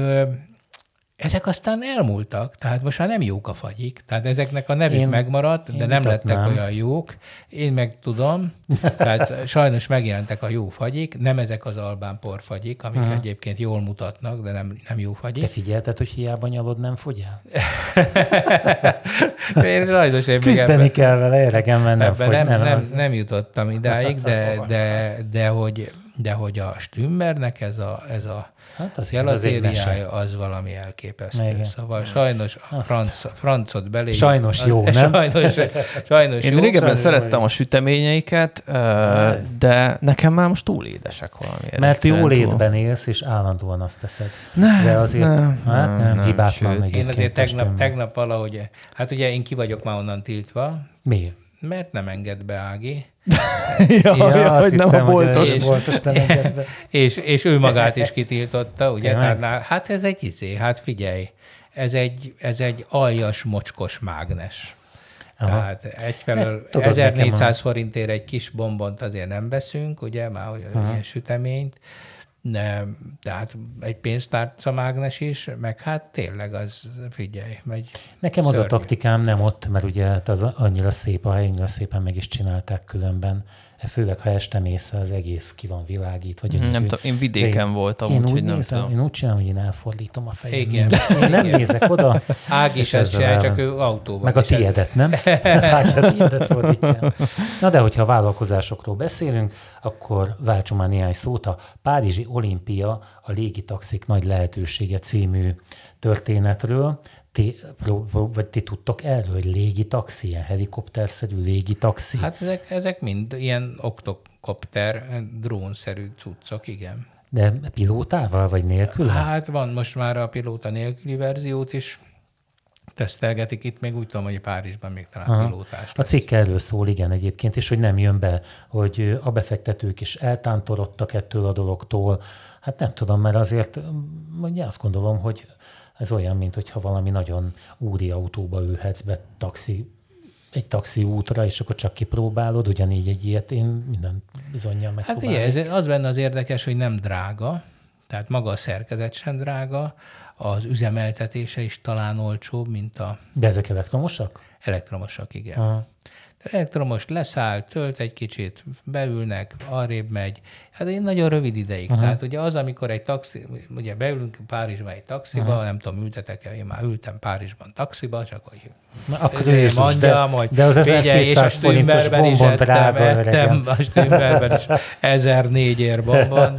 ezek aztán elmúltak, tehát most már nem jók a fagyik. Tehát ezeknek a nevük én, megmaradt, én de nem lettek nem. olyan jók. Én meg tudom, tehát sajnos megjelentek a jó fagyik, nem ezek az albán porfagyik, amik uh-huh. egyébként jól mutatnak, de nem, nem jó fagyik. Te figyelted, hogy hiába nyalod, nem fogyál? én sajnos én Küzdeni ebben, kell vele, öregemben nem fogy. Nem, nem, nem, nem jutottam idáig, de, de, de, hogy, de hogy a Stümmernek ez a, ez a hát az jelazériája az valami elképesztő. Igen. Szóval sajnos a franc, francot belé... Sajnos jó, nem? Sajnos, sajnos Én jó. régebben szerettem jó. a süteményeiket, de nekem már most túl édesek valamiért. Mert jól létben élsz, és állandóan azt teszed. Nem, de azért, nem, hát nem, nem hibátlan egyébként. Én azért tegnap, tegnap valahogy... Hát ugye én ki vagyok már onnan tiltva. Miért? Mert nem enged be Ági. ja, ja, ja, hogy nem a boltos. És, boltos nem enged be. és, és ő magát is kitiltotta, ugye? Tehát, hát ez egy izé, hát figyelj, ez egy, ez egy aljas, mocskos mágnes. Aha. Tehát egyfelől tudod, ezernégyszáz forintért egy kis bombont azért nem veszünk, ugye, már olyan ilyen süteményt, Ne, tehát egy pénztárca mágnes is, meg hát tényleg az, figyelj, megy. Nekem szörnyű. az a taktikám nem ott, mert ugye hát az annyira szép a hely, annyira szépen meg is csinálták különben. Főleg, ha este mész, az egész ki van világít. Vagy Nem úgy, tudom, én vidéken én, voltam, én úgyhogy úgy nem nézem, tudom. Én úgy csinálom, hogy én elfordítom a fejem. Igen. Én nem Igen. nézek oda. Ág is ezt csinál, csak ő autóban. Meg a tiédet, nem? Ági a tiédet fordítja. Na de, hogyha vállalkozásokról beszélünk, akkor váltsunk már néhány szót. A Párizsi Olimpia a légitaxik nagy lehetősége című történetről. Ti, vagy ti tudtok erről, hogy légitaxi, ilyen helikopterszerű légitaxi? Hát ezek, ezek mind ilyen oktokopter, drónszerű cuccok, igen. De pilótával, vagy nélkül? Hát van most már a pilóta nélküli verziót is. Tesztelgetik itt, még úgy tudom, hogy Párizsban még talán Aha. pilótás lesz. A cikk erről szól, igen, egyébként, és hogy nem jön be, hogy a befektetők is eltántorodtak ettől a dologtól. Hát nem tudom, mert azért mondja, azt gondolom, hogy ez olyan, mint hogyha valami nagyon úri autóba ülhetsz be taxi, egy taxi útra, és akkor csak kipróbálod, ugyanígy egy ilyet én minden bizonnyal megpróbálom. Hát igen, az benne az érdekes, hogy nem drága, tehát maga a szerkezet sem drága, az üzemeltetése is talán olcsóbb, mint a... De ezek elektromosak? Elektromosak, igen. Aha. Elektromos leszáll, tölt egy kicsit, beülnek, arrébb megy. Hát egy nagyon rövid ideig. Aha. Tehát ugye az, amikor egy taxi, ugye beülünk Párizsba egy taxiba, Aha. nem tudom, ültetek el, én már ültem Párizsban taxiba, csak hogy Na, akkor Jézus, mondja, de, hogy de az ezerkétszáz forintos bombon drága ettem, a Stümberben is ezernégy ér bombon.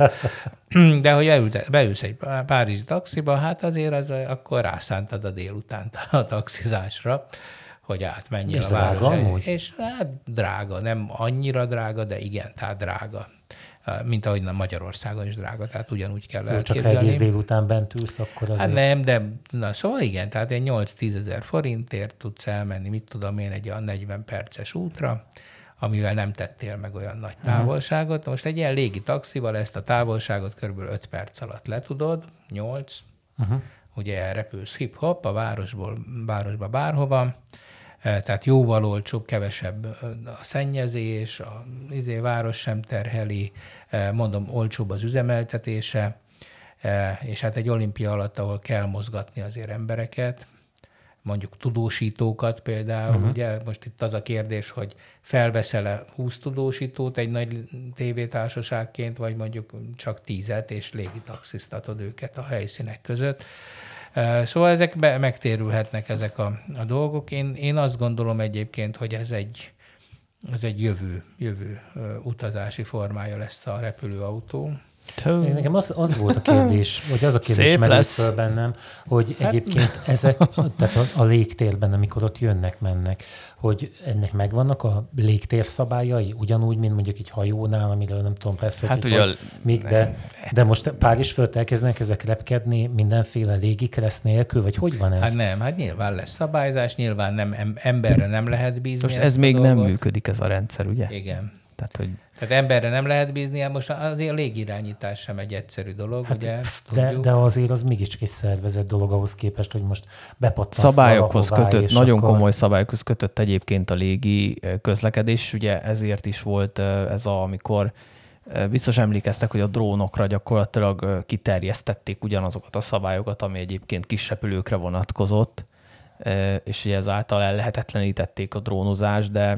De hogy beülte, beülsz egy párizsi taxiba, hát azért az, akkor rászántad a délutánt a taxizásra, hogy átmenjél és a drága város. És hát drága, nem annyira drága, de igen, tehát drága. Mint ahogy Magyarországon is drága, tehát ugyanúgy kell elképzelni. Csak ha egész délután bent ülsz, akkor azért... Hát nem, de na, szóval igen, tehát egy nyolc-tízezer forintért tudsz elmenni, mit tudom én, egy olyan negyven perces útra, amivel nem tettél meg olyan nagy távolságot. Uh-huh. Most egy ilyen légi taxival ezt a távolságot körülbelül öt perc alatt letudod, nyolc, uh-huh. ugye elrepülsz hip-hop a városból, városba bárhova, tehát jóval olcsóbb, kevesebb a szennyezés, a izé, város sem terheli, mondom, olcsóbb az üzemeltetése, és hát egy olimpia alatt, ahol kell mozgatni azért embereket, mondjuk tudósítókat például, uh-huh. ugye most itt az a kérdés, hogy felveszel-e húsz tudósítót egy nagy tévétársaságként, vagy mondjuk csak tízet, és légitaxisztatod őket a helyszínek között. Szóval ezek be, megtérülhetnek ezek a, a dolgok. Én, én azt gondolom egyébként, hogy ez egy, ez egy jövő, jövő utazási formája lesz a repülőautó. Én nekem az, az volt a kérdés, vagy az a kérdés merült föl bennem, hogy hát, egyébként ezek, tehát a, a légtérben, amikor ott jönnek, mennek, hogy ennek megvannak a légtér szabályai, ugyanúgy, mint mondjuk egy hajónál, amiről nem tudom persze, hát hogy ugye hogy, még, de, de most Párizs fölött elkezdenek ezek repkedni mindenféle légikressz nélkül, vagy hogy van ez? Hát nem, hát nyilván lesz szabályzás, nyilván nem, emberre nem lehet bízni. Most ez még dolgot. Nem működik ez a rendszer, ugye? Igen. Tehát, hogy... Tehát emberre nem lehet bízni, hát most azért a légirányítás sem egy egyszerű dolog, hát, ugye? De, de azért az mégiscsak egy szervezett dolog ahhoz képest, hogy most bepattansz szabályokhoz valahová, kötött, nagyon akkor... komoly szabályokhoz kötött egyébként a légi közlekedés, ugye ezért is volt ez a, amikor biztos emlékeztek, hogy a drónokra gyakorlatilag kiterjesztették ugyanazokat a szabályokat, ami egyébként kis repülőkre vonatkozott, és ugye ezáltal ellehetetlenítették a drónozást, de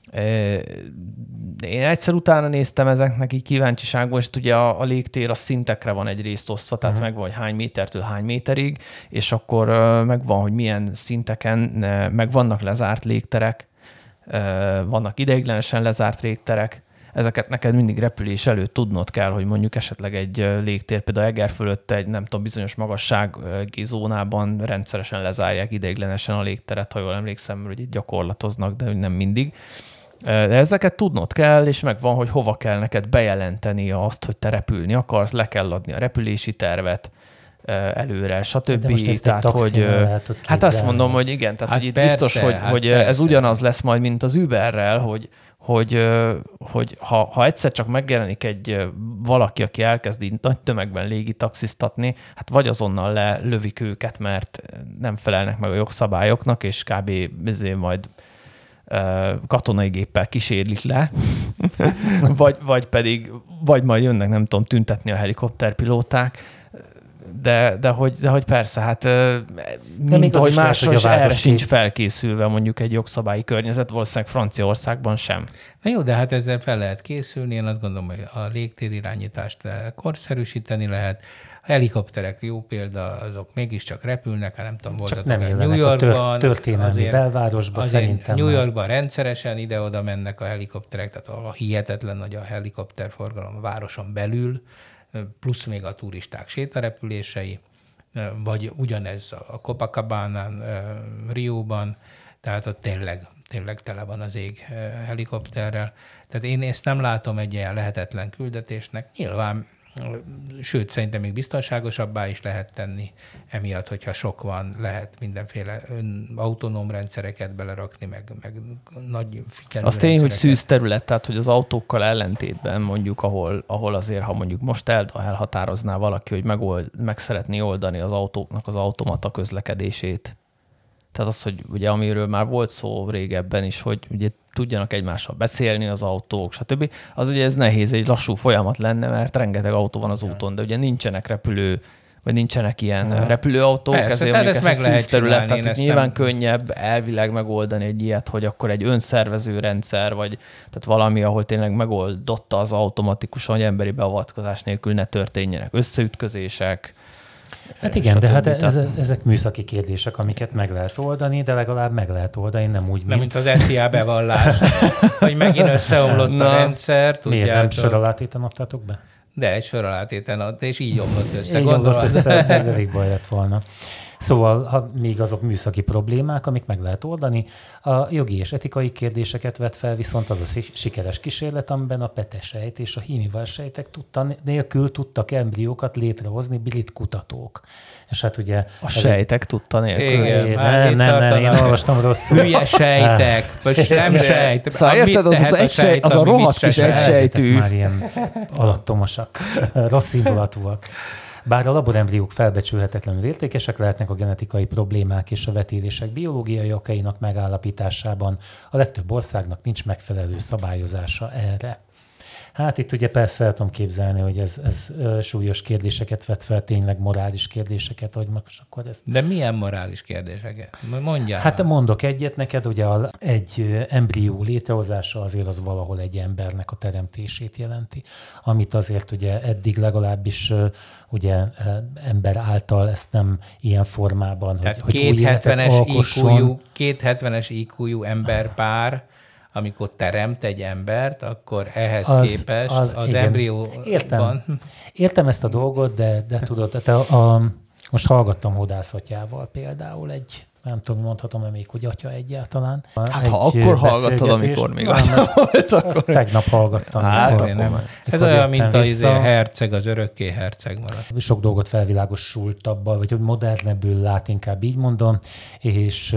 én egyszer utána néztem ezeknek így kíváncsiságból, és ugye a, a légtér a szintekre van egyrészt osztva, tehát uh-huh. megvan, hogy hány métertől hány méterig, és akkor uh, megvan, hogy milyen szinteken uh, meg vannak lezárt légterek, uh, vannak ideiglenesen lezárt légterek, ezeket neked mindig repülés előtt tudnod kell, hogy mondjuk esetleg egy légtér, például Eger fölött egy nem tudom, bizonyos magassági zónában rendszeresen lezárják ideiglenesen a légteret, ha jól emlékszem, hogy itt gyakorlatoznak, de nem mindig. De ezeket tudnod kell, és megvan, hogy hova kell neked bejelenteni azt, hogy te repülni akarsz, le kell adni a repülési tervet előre, stb. Tehát, hogy hát azt mondom, hogy igen, tehát hát hogy itt persze, biztos, hogy, hát hogy ez ugyanaz lesz majd, mint az Uberrel, hogy hogy, hogy ha, ha egyszer csak megjelenik egy valaki, aki elkezd így nagy tömegben légitaxisztatni, hát vagy azonnal lelövik őket, mert nem felelnek meg a jogszabályoknak, és kb. Ezért majd katonai géppel kísérlik le, vagy, vagy pedig, vagy majd jönnek, nem tudom, tüntetni a helikopterpilóták, de, de, hogy, de hogy persze, hát mint ahogy másra is erre sincs felkészülve mondjuk egy jogszabályi környezet, valószínűleg Franciaországban sem. Na jó, de hát ezzel fel lehet készülni, én azt gondolom, hogy a légtérirányítást korszerűsíteni lehet. A helikopterek jó példa, azok mégiscsak repülnek, hát nem tudom, voltatok nem New Yorkban. A történelmi belvárosban szerintem. New Yorkban rendszeresen ide-oda mennek a helikopterek, tehát a hihetetlen nagy a helikopterforgalom a városon belül, plusz még a turisták sétarepülései, vagy ugyanez a Copacabana-n, Rióban, tehát ott tényleg, tényleg tele van az ég helikopterrel. Tehát én ezt nem látom egy ilyen lehetetlen küldetésnek. Nyilván, sőt, szerintem még biztonságosabbá is lehet tenni, emiatt, hogyha sok van, lehet mindenféle autonóm rendszereket belerakni, meg, meg nagy figyelő azt tény, hogy szűz terület, tehát hogy az autókkal ellentétben mondjuk, ahol, ahol azért, ha mondjuk most el, elhatározná valaki, hogy megold, meg szeretné oldani az autóknak az automata közlekedését. Tehát az, hogy ugye amiről már volt szó régebben is, hogy ugye tudjanak egymással beszélni az autók, stb. Az ugye ez nehéz, egy lassú folyamat lenne, mert rengeteg autó van az úton, de ugye nincsenek repülő, vagy nincsenek ilyen ja. repülőautók, persze, ezért mondjuk ezt ez meg egy szűz terület, csinálni, tehát nyilván nem... könnyebb elvileg megoldani egy ilyet, hogy akkor egy önszervező rendszer, vagy tehát valami, ahol tényleg megoldotta az automatikusan, hogy emberi beavatkozás nélkül ne történjenek összeütközések. Hát igen, de hát ez, ezek műszaki kérdések, amiket meg lehet oldani, de legalább meg lehet oldani, nem úgy, nem, mint... mint az es i á bevallás, hogy megint összeomlott Na, a rendszer. Miért nem sorolátéten adtátok be? De egy sorolátéten adt, és így omlott össze. Így omlott össze, elég baj lett volna. Szóval, ha még azok műszaki problémák, amik meg lehet oldani, a jogi és etikai kérdéseket vet fel, viszont az a sikeres kísérlet, amiben a petesejt és a hímival sejtek tudta, nélkül tudtak embriókat létrehozni brit kutatók. És hát ugye... A sejtek tudta nélkül. Igen, nem, nem, nem, én olvastam rosszul. Hülye sejtek, vagy nem sejt. Szóval érted, az, az, egy sej, az a rohadt kis egysejtű. Már ilyen alattomosak, rossz indulatúak. Bár a laborembriók felbecsülhetetlenül értékesek lehetnek a genetikai problémák és a vetélések biológiai okainak megállapításában, a legtöbb országnak nincs megfelelő szabályozása erre. Hát itt ugye persze el tudom képzelni, hogy ez, ez súlyos kérdéseket vet fel, tényleg morális kérdéseket, hogy most akkor ez... De milyen morális kérdéseket? Mondjál. Hát mondok egyet neked, ugye egy embrió létrehozása azért az valahol egy embernek a teremtését jelenti, amit azért ugye eddig legalábbis ugye ember által ezt nem ilyen formában, tehát hogy, két hogy új életet alkosson. Két hetvenes í kú-jú emberpár, amikor teremt egy embert, akkor ehhez az, képest az, az embrióban... Értem. Értem ezt a dolgot, de, de tudod, te a, a, most hallgattam Hodászatjával például egy, nem tudom, mondhatom-e még, hogy atya egyáltalán. Hát egy ha akkor hallgattad, amikor még atya volt, akkor... Azt tegnap hallgattam. Hát, akkor nem. Ez olyan, mint az herceg, az örökké herceg maradt. Sok dolgot felvilágosultabbal, vagy hogy modernebbül lát, inkább így mondom, és...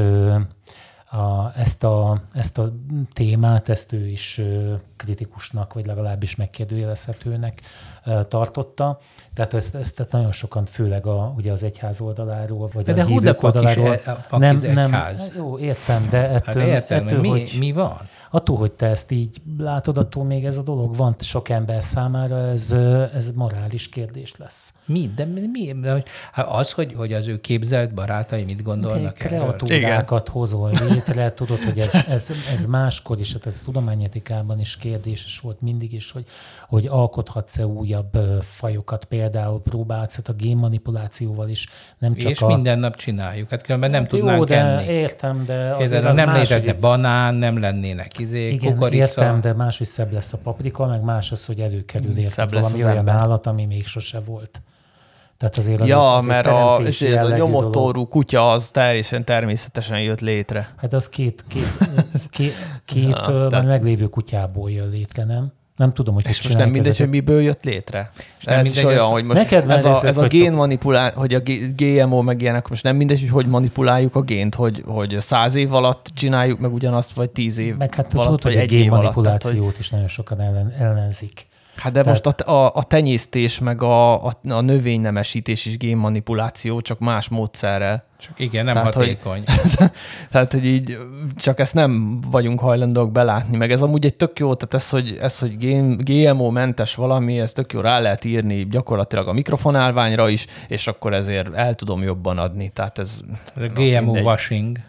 A, ezt, a, ezt a témát, ezt ő is kritikusnak, vagy legalábbis megkérdőjelezhetőnek tartotta. Tehát ezt, ezt nagyon sokan, főleg a, ugye az egyház oldaláról, vagy de a de hívők oldaláról. E, nem, nem, jó, értem, de ettől, hát értem, ettől mi, hogy, mi van? Attól, hogy te ezt így látod, attól még ez a dolog van sok ember számára, ez, ez morális kérdés lesz. Mi? De mi? De az, hogy, hogy az ő képzelt barátai mit gondolnak erről? Kreatúrákat hozol létre, tudod, hogy ez, ez, ez máskor is, hát ez tudományetikában is kérdéses volt mindig is, hogy, hogy alkothatsz-e újabb fajokat, például próbálsz, hát a génmanipulációval is nem csak és a... minden nap csináljuk, hát különben nem hát tudnánk jó, de enni. Értem, de azért Értem, az nem más, létezne hogy... banán, nem lennének izé, igen, kukorica. Értem, de máshogy szebb lesz a paprika, meg más az, hogy előkerül érted valami olyan ember. Állat, ami még sose volt. Tehát azért az ja, az mert a, ez a nyomotorú kutya az teljesen természetesen jött létre. Hát az két, két, két, két ja, de... meglévő kutyából jön létre, nem? Nem tudom, hogy és most nem mindegy, ezeket. Hogy miből jött létre. És ez mindegy, is olyan, hogy most neked ez a, ez a génmanipulál, hogy a gé em o meg ilyenek, most nem mindegy, hogy hogy manipuláljuk a gént, hogy, hogy száz év alatt csináljuk meg ugyanazt, vagy tíz év meg hát alatt, tudod, vagy hogy egy év év manipulációt alatt. Tehát, is nagyon sokan ellen, ellenzik. Hát de Tehát... most a, a, a tenyésztés, meg a, a, a növénynemesítés is génmanipuláció, csak más módszerrel. Csak igen, nem tehát, hatékony. Hogy, tehát, hogy így csak ezt nem vagyunk hajlandók belátni, meg ez amúgy egy tök jó, tehát ez, hogy, ez, hogy gé em o-mentes valami, ez tök jó rá lehet írni gyakorlatilag a mikrofonálványra is, és akkor ezért el tudom jobban adni. Tehát ez... A gé em o washing.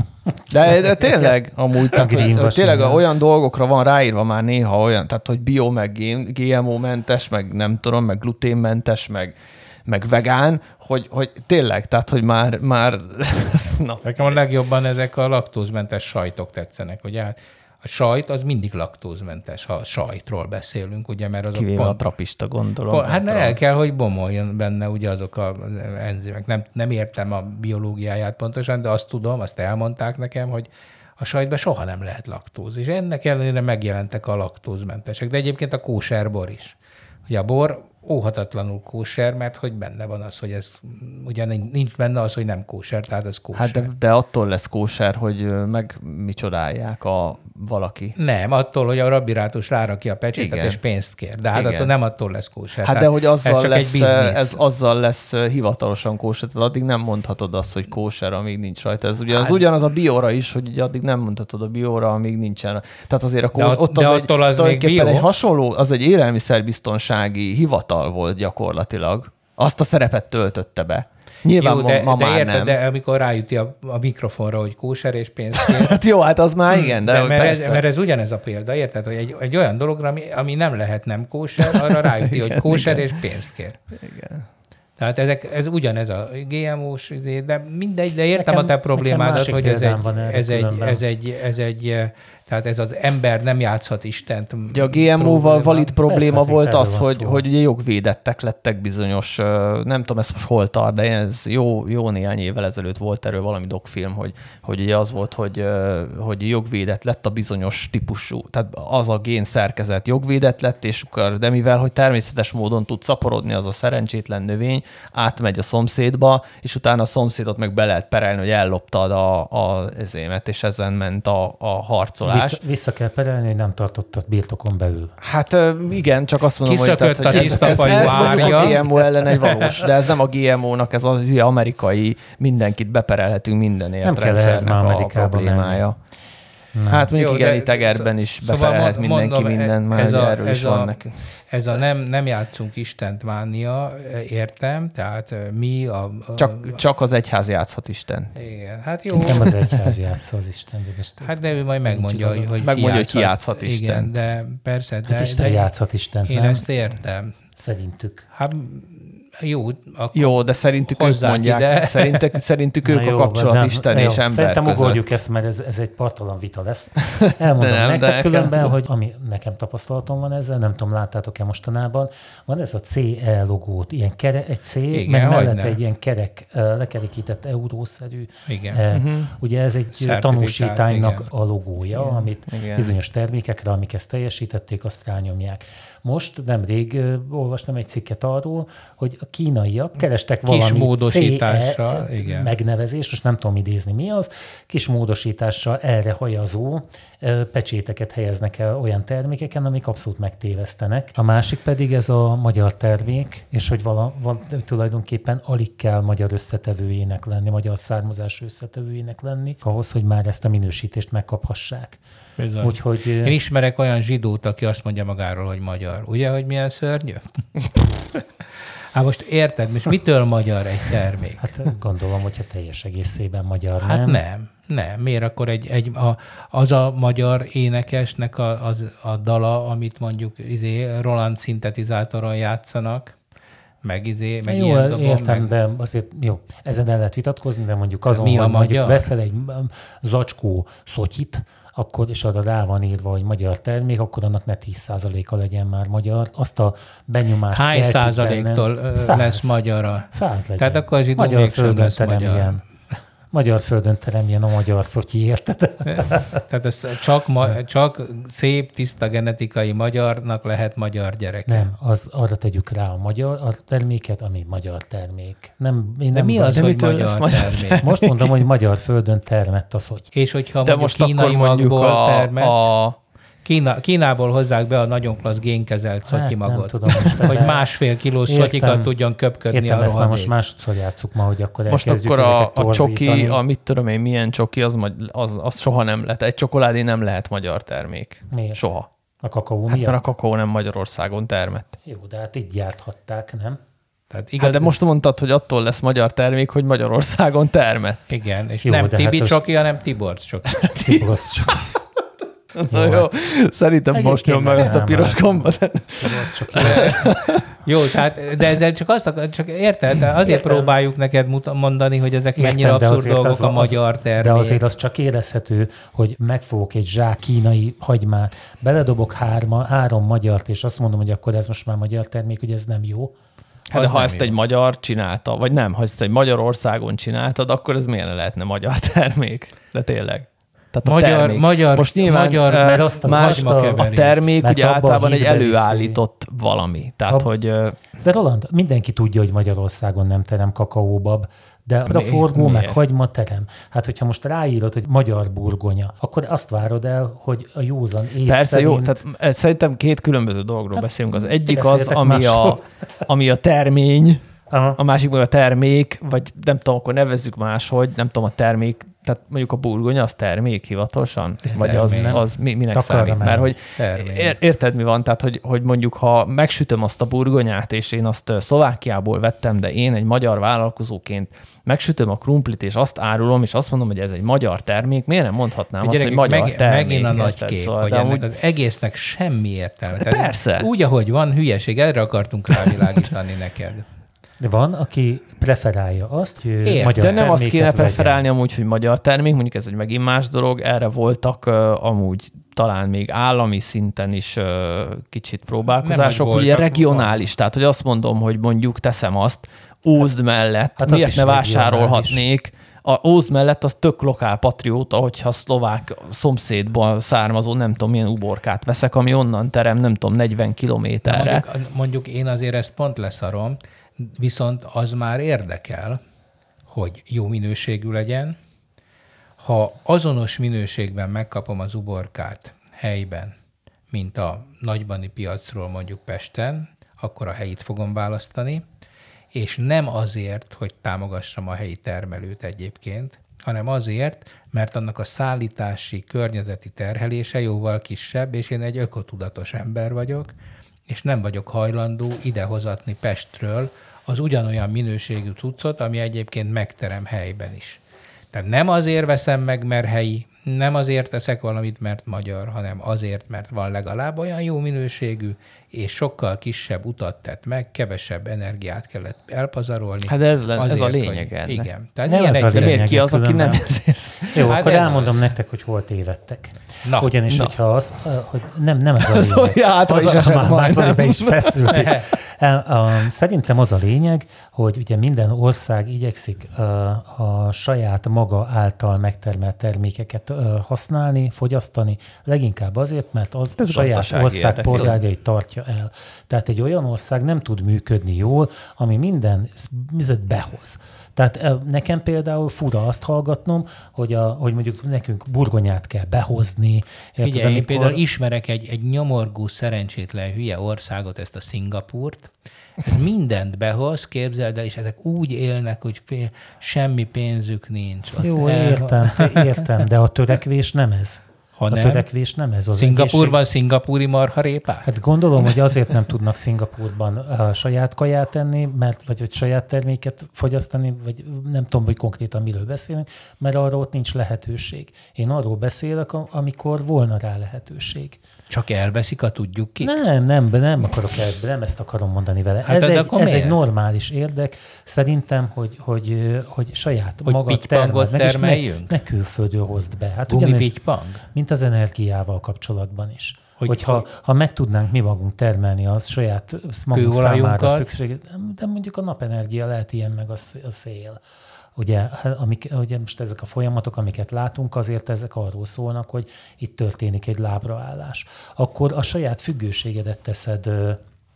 De, de tényleg, amúgy, tehát, hogy, hogy tényleg olyan dolgokra van ráírva már néha olyan, tehát, hogy bio, meg gé em o-mentes, meg nem tudom, meg gluténmentes, meg, meg vegán, hogy, hogy tényleg, tehát, hogy már... már na. Nekem a legjobban ezek a laktózmentes sajtok tetszenek, ugye hát a sajt az mindig laktózmentes, ha sajtról beszélünk, ugye, mert azok kivéve pont, a trapista, gondolom. Pont, hát el kell, hogy bomoljon benne ugye azok az enzimek. Nem, nem értem a biológiáját pontosan, de azt tudom, azt elmondták nekem, hogy a sajtban soha nem lehet laktóz, és ennek ellenére megjelentek a laktózmentesek. De egyébként a kóserbor is. Ugye a bor óhatatlanul kóser, mert hogy benne van az, hogy ez, ugye nincs benne az, hogy nem kóser, tehát ez kóser. Hát de, de attól lesz kóser, hogy meg micsodálják a valaki. Nem, attól, hogy a rabbirátus rárakja a pecsétet, igen, és pénzt kér. De hát igen, attól nem attól lesz kóser. Hát de hogy azzal lesz, ez azzal lesz hivatalosan kóser, tehát addig nem mondhatod azt, hogy kóser, amíg nincs rajta. Ez ugye, hát, az ugyanaz a bióra is, hogy ugye addig nem mondhatod a bióra, amíg nincsen. Tehát azért a kó... de ott de az, egy, az még bió? Egy hasonló, az egy élelmiszerbiztonsági hivatal volt gyakorlatilag. Azt a szerepet töltötte be. Nyilván jó, de, ma, ma de már érted, nem. De amikor rájuti a, a mikrofonra, hogy kóser és pénzt kér. Hát jó, hát az már igen, de, de mert, ez, mert ez ugyanez a példa, érted, hogy egy, egy olyan dologra, ami, ami nem lehet nem kóser, arra rájuti, igen, hogy kóser igen, és pénzt kér. Igen. Tehát ezek, ez ugyanez a gé em o-s, de mindegy, de értem nekem, a te problémádat, hogy ez egy, ez, egy, ez, egy, ez egy, tehát ez az ember nem játszhat Istent. Ugye a gé em o-val valid probléma persze, volt az, hogy, hogy ugye jogvédettek lettek bizonyos, nem tudom, ez most hol tart, de ez jó, jó néhány évvel ezelőtt volt erről valami dokfilm, hogy, hogy ugye az volt, hogy, hogy jogvédett lett a bizonyos típusú, tehát az a gén szerkezet jogvédett lett, és de mivel, hogy természetes módon tud szaporodni az a szerencsétlen növény, átmegy a szomszédba, és utána a szomszédot meg be lehet perelni, hogy elloptad a, a, az émet, és ezen ment a, a harcolás. Vissza, vissza kell perelni, hogy nem tartottad birtokon belül. Hát igen, csak azt mondom, kiszökött hogy, tehát, hogy ez, ez, ez mondjuk a gé em o ellen egy valós, de ez nem a gé em o-nak, ez a hülye amerikai, mindenkit beperelhetünk mindenért nem rendszernek a problémája. Nem. Hát mondjuk igen, itt Egerben is szóval beperelhet mond, mindenki mondom, minden, már ez a, erről ez is a, van nekünk. Ez a nem, nem játszunk Istent mánia, értem, tehát mi a... a csak, csak az egyház játszhat Isten. Igen, hát jó. Nem az egyház játsz az Isten. De hát de ő majd megmondja, hogy, hogy megmondja, hogy ki játszhat Isten. Igen, de persze. De, hát Isten de játszhat Isten, én nem? ezt értem. Szerintük. Hát jó, jó, de szerintük ők mondják, ide. szerintük, szerintük ők jó, a kapcsolat nem, Isten jó, és ember szerintem között. ugorjuk ezt, mert ez, ez egy partalan vita lesz. Elmondom nem, nektek különben, hogy ami nekem tapasztalatom van ezzel, nem tudom, láttátok-e mostanában, van ez a cé e logót, ilyen kere, egy C, igen, meg mellette egy ilyen kerek, lekerekített eurószerű. Igen. Uh, uh-huh. Ugye ez egy tanúsítánynak igen. a logója, igen. amit igen. bizonyos termékekre, amik ezt teljesítették, azt rányomják. Most nemrég uh, olvastam egy cikket arról, hogy a kínaiak kerestek valami kis módosítással, cé e igen. megnevezést, most nem tudom idézni mi az, kis módosítással erre hajazó pecséteket helyeznek el olyan termékeken, amik abszolút megtévesztenek. A másik pedig ez a magyar termék, és hogy vala, vala, tulajdonképpen alig kell magyar összetevőjének lenni, magyar származású összetevőjének lenni, ahhoz, hogy már ezt a minősítést megkaphassák. Úgyhogy, én ismerek olyan zsidót, aki azt mondja magáról, hogy magyar. Ugye, hogy milyen szörnyű? Hát most érted, most mitől magyar egy termék? Hát gondolom, hogyha teljes egészében magyar, hát nem? Hát nem, nem. Miért akkor egy, egy, a, az a magyar énekesnek a, az, a dala, amit mondjuk izé, Roland szintetizátoron játszanak, meg izé, meg jó, ilyen dobom, értem, meg... de azért jó, ezen el lehet vitatkozni, de mondjuk azon, mi hogy a mondjuk magyar? veszel egy zacskó szotyit, akkor, és arra rá van írva, hogy magyar termék, akkor annak ne tíz százaléka legyen már magyar. Azt a benyomást hány százaléktól lesz magyar? Száz legyen. Tehát akkor a zsidó magyar mégsem lesz magyar. Ilyen. Magyar földön teremjen a magyar szotyi, érted? Tehát ez csak, ma, csak szép, tiszta genetikai magyarnak lehet magyar gyerek. Nem, az arra tegyük rá a magyar a terméket, ami magyar termék. Nem, én de nem mi az, hogy magyar, magyar termék? Most mondom, hogy magyar földön termett a szoty. És hogyha de mondjuk most kínai akkor mondjuk magból a, termett... A... Kína, Kínából hozzák be a nagyon klassz génkezelt szotyimagot, hát, tudom, hogy másfél kilós szotyikat tudjon köpködni értem, a ezt már most rohadék. másodszor játsszuk ma, hogy akkor most elkezdjük akkor a, ezeket a csoki, torzítani. a mit tudom én, milyen csoki, az, az, az soha nem lehet. Egy csokoládé nem lehet magyar termék. Miért? Soha. A kakaó Hát miatt? mert a kakaó nem Magyarországon termett. Jó, de hát így gyárthatták, nem? Tehát igaz... Hát de most mondtad, hogy attól lesz magyar termék, hogy Magyarországon termett. Igen, és jó, nem Tibi hát csoki, hanem Tiborcs csoki. Tiborcs csoki. Na jó, jó. Szerintem Egyébként most nyom meg azt a piros gombot. Jó, tehát, de ezzel csak azt akar, csak érted? De azért Értem. próbáljuk neked muta- mondani, hogy ezek Értem, mennyire de abszurd azért dolgok az- a az- magyar termék. De azért az csak érezhető, hogy megfogok egy zsák kínai hagymát, beledobok hárma, három magyart, és azt mondom, hogy akkor ez most már magyar termék, hogy ez nem jó. Hát de Az ha nem ezt jó. egy magyar csinálta, vagy nem, ha ezt egy Magyarországon csináltad, akkor ez miért ne lehetne magyar termék? De tényleg. Tehát a Magyar, termék. magyar, Most nyilván magyar, eh, mert azt a más hagyma a, a keverék. termék Mert ugye abban általában egy hídbe viszi. előállított valami. Tehát, Ab- hogy eh, De Roland, mindenki tudja, hogy Magyarországon nem terem kakaóbab, de a Mi- forgó meg miért? hagyma terem. Hát, hogyha most ráírod, hogy magyar burgonya, akkor azt várod el, hogy a józan ész persze szerint... jó, tehát eh, szerintem két különböző dologról Hát, beszélünk. Az egyik az, beszéltek ami a, másról. ami a termény, Aha. a másik meg a termék, vagy nem tudom, akkor nevezzük máshogy, nem tudom, a termék, tehát mondjuk a burgonya az termék hivatalosan? Ez Vagy az, termék. az mi, minek Takarra számít? már. Mert hogy Termék. ér, érted mi van? Tehát, hogy, hogy mondjuk, ha megsütöm azt a burgonyát, és én azt Szlovákiából vettem, de én egy magyar vállalkozóként megsütöm a krumplit, és azt árulom, és azt mondom, hogy ez egy magyar termék, miért nem mondhatnám azt, hogy magyar meg, termék? megint a nagy érted? kép, Szóval, hogy de ennek amúgy- az egésznek semmi értelme. De Tehát persze. Úgy, ahogy van, hülyeség, erre akartunk rávilágítani neked. De van, aki preferálja azt, hogy Értem, magyar De nem azt terméket kéne vegyen. preferálni amúgy, hogy magyar termék, mondjuk ez egy megint más dolog, erre voltak uh, amúgy talán még állami szinten is uh, kicsit próbálkozások, Nem, hogy ugye voltak, regionális, tehát hogy azt mondom, hogy mondjuk teszem azt, Ózd mellett, Hát hát az miért is ne regionális. vásárolhatnék, a Ózd mellett az tök lokál patrióta, hogyha szlovák szomszédból származó nem tudom milyen uborkát veszek, ami onnan terem nem tudom negyven kilométerre. Mondjuk, mondjuk én azért ezt pont leszarom, viszont az már érdekel, hogy jó minőségű legyen. Ha azonos minőségben megkapom az uborkát helyben, mint a nagybani piacról mondjuk Pesten, akkor a helyit fogom választani, és nem azért, hogy támogassam a helyi termelőt egyébként, hanem azért, mert annak a szállítási, környezeti terhelése jóval kisebb, és én egy ökotudatos ember vagyok, és nem vagyok hajlandó idehozatni Pestről az ugyanolyan minőségű cuccot, ami egyébként megterem helyben is. Tehát nem azért veszem meg, mert helyi, nem azért teszek valamit, mert magyar, hanem azért, mert van legalább olyan jó minőségű, és sokkal kisebb utat tett meg, kevesebb energiát kellett elpazarolni. Hát ez, le, ez a Azért, lényeg hogy- ennek. Igen. Tehát Nem ilyen ez a egy, De miért lényeg, ki az, aki nem különben. ezért? Jó, Hát akkor ez- elmondom nektek, hogy hol tévedtek. Na, Ugyanis, na. hogyha az, hogy nem, nem ez a lényeg. Zoli hátra Az is a- esett már- már majdnem. Zoli be is feszült. El- a- Szerintem az a lényeg, hogy ugye minden ország igyekszik ö, a saját maga által megtermelt termékeket ö, használni, fogyasztani, leginkább azért, mert az Ez a saját gazdasági ország érdek, jó. polgárait tartja el. Tehát egy olyan ország nem tud működni jól, ami minden vizet behoz. Tehát ö, nekem például fura azt hallgatnom, hogy, a, hogy mondjuk nekünk burgonyát kell behozni. Érted, Figyelj, én amikor- például ismerek egy, egy nyomorgó, szerencsétlen hülye országot, ezt a Szingapúrt. Ez mindent behoz, képzeld el, és ezek úgy élnek, hogy fél, semmi pénzük nincs. Ott Jó, el- értem, te- értem, de a törekvés nem ez. Ha a nem, törekvés nem ez. Az Szingapúrban egészség- szingapúri marharépák? Hát gondolom, hogy azért nem tudnak Szingapúrban uh, saját kaját enni, mert, vagy, vagy saját terméket fogyasztani, vagy nem tudom, hogy konkrétan miről beszélünk, mert arra ott nincs lehetőség. Én arról beszélek, a- amikor volna rá lehetőség. Csak elveszik a tudjuk ki? Nem, nem, nem akarok el, nem ezt akarom mondani vele. Hát ez de egy, akkor ez egy miért? normális érdek. Szerintem, hogy, hogy, hogy saját Hogy maga pitypangot termeld meg, és termeljünk? ne, ne külföldről hozd be. Hát ugyanez, Gumipitypang? mint az energiával kapcsolatban is. Hogy- Hogy, Hogyha ha meg tudnánk mi magunk termelni az saját magunk Kőolajunkat? számára szükséges, de mondjuk a napenergia lehet ilyen, meg a sz- a szél. Ugye, amik, ugye most ezek a folyamatok, amiket látunk, azért ezek arról szólnak, hogy itt történik egy lábraállás. Akkor a saját függőségedet teszed ö,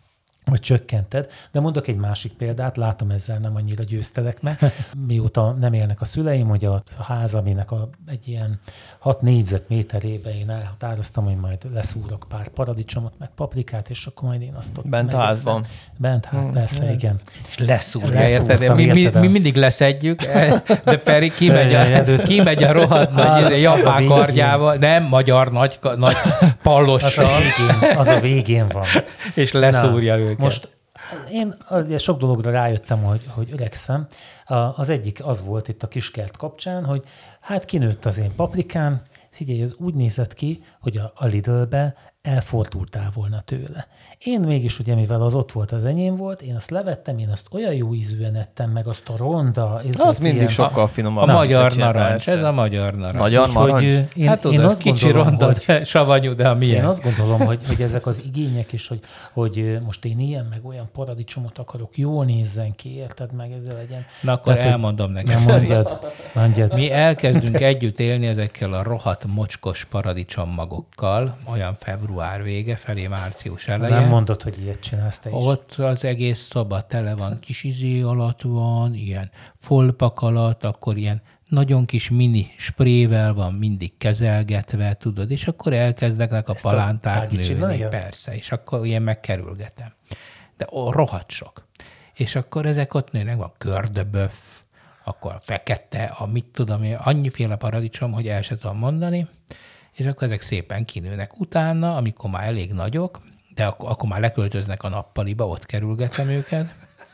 vagy csökkented. De mondok egy másik példát, látom ezzel nem annyira győztelek meg. Mióta nem élnek a szüleim, hogy a, a ház, aminek a, egy ilyen hat négyzetméterébe én elhatároztam, hogy majd leszúrok pár paradicsomot, meg paprikát, és akkor majd én azt ott Bent a házban. Bent, hát hmm, persze, ez. Igen. Leszúrja, érted? Mi, mi, mi mindig leszedjük, de Feri kimegy a, kimegy a rohadt nagy japán kardjával, nem magyar nagy, nagy pallossal. Az a végén, az a végén van. És leszúrja Na, őket. Most én sok dologra rájöttem, hogy, hogy öregszem. Az egyik az volt itt a kiskert kapcsán, hogy hát kinőtt az én paprikám, figyelj, ez úgy nézett ki, hogy a, a Lidl-be elfordultál volna tőle. Én mégis, ugye, mivel az ott volt, az enyém volt, én azt levettem, én azt olyan jó ízűen ettem, meg azt a ronda. Ez az mindig ilyen, sokkal finomabb. A magyar narancs, ez a magyar narancs. Magyar narancs? Hogy én, hát én oda, azt kicsi gondolom, ronda, hogy, savanyú, de a milyen. Én azt gondolom, hogy, hogy ezek az igények is, hogy, hogy most én ilyen, meg olyan paradicsomot akarok, jól nézzen ki, érted meg, ezzel legyen. Na akkor Tehát, elmondom neked. Nem mondjad, mondjad. Mi elkezdünk együtt élni ezekkel a rohadt mocskos paradicsommagokkal, olyan február vége felé, március eleje. Nem mondod, hogy ilyet csinálsz te is. Ott az egész szoba tele van, kis izé alatt van, ilyen folpak alatt, akkor ilyen nagyon kis mini sprével van mindig kezelgetve, tudod, és akkor elkezdnek a Ezt palánták a nőni, persze, és akkor ilyen megkerülgetem. De ó, rohadt sok. És akkor ezek ott nőnek, van kördöböf, akkor a fekete, a mit tudom én, annyiféle paradicsom, hogy el sem tudom mondani, és akkor ezek szépen kinőnek utána, amikor már elég nagyok, de akkor, akkor már leköltöznek a nappaliba, ott kerülgetem őket,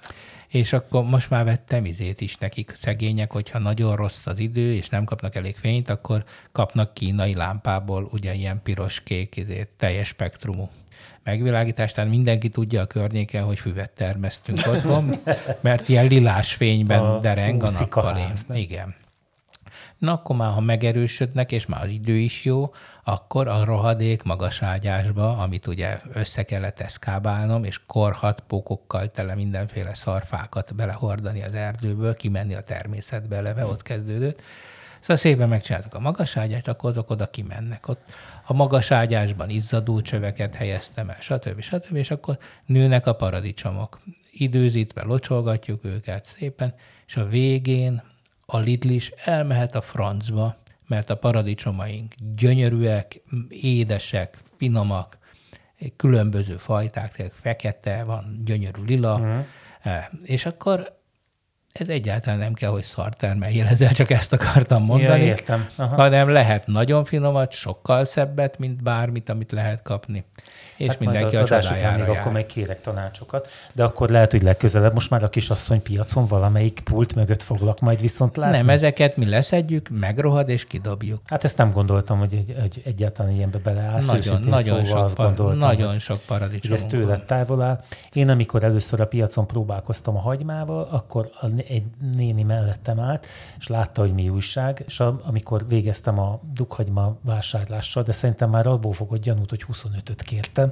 és akkor most már vettem izét is nekik szegények, hogyha nagyon rossz az idő, és nem kapnak elég fényt, akkor kapnak kínai lámpából ugye ilyen piros-kék izét, teljes spektrumú megvilágítást, tehát mindenki tudja a környéken, hogy füvet termesztünk otthon, mert ilyen lilás fényben a dereng a nappali. Igen. Na akkor már, ha megerősödnek, és már az idő is jó, akkor a rohadék magaságyásba, amit ugye össze kellett eszkábálnom, és korhat pókokkal tele mindenféle szarfákat belehordani az erdőből, kimenni a természetbe eleve, ott kezdődött. Szóval szépen megcsináltuk a magaságyást, akkor azok oda kimennek. Ott a magaságyásban izzadó csöveket helyeztem el, stb. stb. És akkor nőnek a paradicsomok. Időzítve locsolgatjuk őket szépen, és a végén a Lidl is elmehet a francba, mert a paradicsomaink gyönyörűek, édesek, finomak, különböző fajták, fekete, van gyönyörű lila, uh-huh. és akkor ez egyáltalán nem kell, hogy szar termeljél, ezzel csak ezt akartam mondani. Ja, értem. Aha. Hanem lehet nagyon finomat, sokkal szebbet, mint bármit, amit lehet kapni. És hát mindenki majd az a adás után még akkor meg kérek tanácsokat, de akkor lehet, hogy legközelebb most már a kisasszony piacon valamelyik pult mögött foglak majd viszont látni. Nem, ezeket mi leszedjük, megrohad és kidobjuk. Hát ezt nem gondoltam, hogy, egy, egy, egyáltalán ilyenbe beleállsz. Nagyon, nagyon, szóval sok, par, gondoltam, nagyon hogy, sok paradicsom. hogy ez tőled távol áll. Én amikor először a piacon próbálkoztam a hagymával, akkor a, egy néni mellettem állt, és látta, hogy mi újság, és a, amikor végeztem a dughagyma vásárlással, de szerintem már abból fogott gyanút, hogy huszonötöt kértem.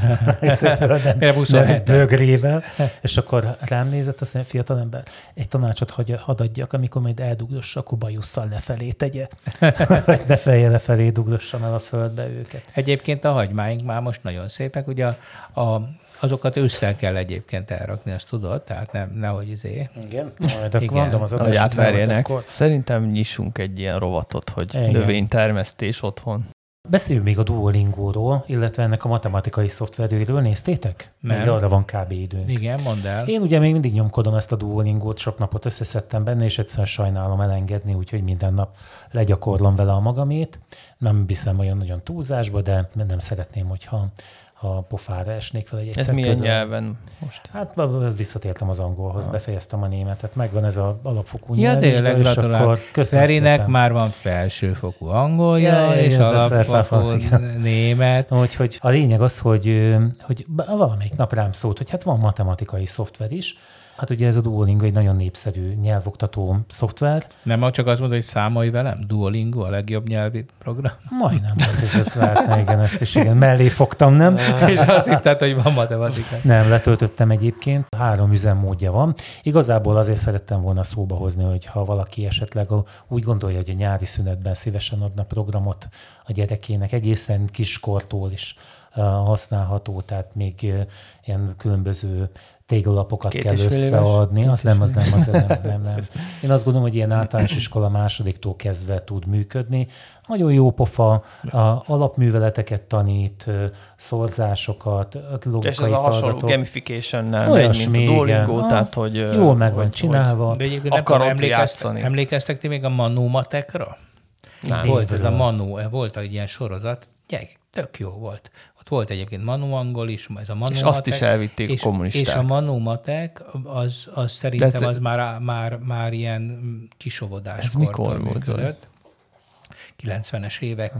nem bögrével, és akkor rám nézett, azt mondja, fiatalember, egy tanácsot hadd hadd adjak, amikor majd eldugdossa, akkor bajusszal lefelé tegye. Hogy ne fejje lefelé dugdossam el a földbe őket. Egyébként a hagymáink már most nagyon szépek, ugye a, a azokat ősszel kell egyébként elrakni, azt tudod? Tehát nem, nehogy izé. Igen, majd akkor mondom az adást. Hogy átverjenek. Akkor... Szerintem nyissunk egy ilyen rovatot, hogy igen. Növénytermesztés otthon. Beszéljünk még a Duolingóról, illetve ennek a matematikai szoftveréről. Néztétek? Nem. Mert arra van kb. Időnk. Igen, mondd el. Én ugye még mindig nyomkodom ezt a Duolingót, sok napot összeszedtem benne, és egyszerűen sajnálom elengedni, úgyhogy minden nap legyakorlom vele a magamét. Nem viszem olyan nagyon túlzásba, de nem szeretném, hogyha ha pofára esnék fel egy egyszer. Ez milyen közel. Nyelven most? Hát visszatértem az angolhoz, ah. befejeztem a németet, megvan ez az alapfokú ja, nyelv. Ja, tényleg gratulálok. Ferinek már van felsőfokú angolja, ja, és ja, alapfokú német. Úgyhogy a lényeg az, hogy, hogy valamelyik nap rám szólt, hogy hát van matematikai szoftver is. Hát ugye ez a Duolingo egy nagyon népszerű nyelvoktató szoftver. Nem csak azt mondod, hogy számolj velem? Duolingo a legjobb nyelvi program? Majdnem, hogy ezért lehetne, igen, ezt is igen. Mellé fogtam, nem? És azt hitted, hogy van matematika. Nem, letöltöttem egyébként. Három üzemmódja van. Igazából azért szerettem volna szóba hozni, hogy ha valaki esetleg úgy gondolja, hogy a nyári szünetben szívesen adna programot a gyerekének, egészen kiskortól is használható, tehát még ilyen különböző téglalapokat Két kell és fél éves? összeadni. Két Az és nem, fél az nem, az nem, nem, nem. Én azt gondolom, hogy ilyen általános iskola másodiktól kezdve tud működni. Nagyon jó pofa, a alapműveleteket tanít, szorzásokat, logikai és ez a hasonló feladatok. gamification-nel megy, mint a Duolingo, ah, tehát hogy... Jól meg van hogy, csinálva. De egyébként nem tudom, akarod emlékeztek, játszani. emlékeztek ti még a Manu Matekra? Nem. Volt ez a Évről. Manu, volt egy ilyen sorozat, gyerekek, tök jó volt. Ott volt egyébként Manu angol is, ez a Manu És Matek, azt is elvitték és, a kommunisták. És a Manu Matek, az, az szerintem De az már, már, már ilyen kisovodás Ez mikor volt, Zoli? kilencvenes évek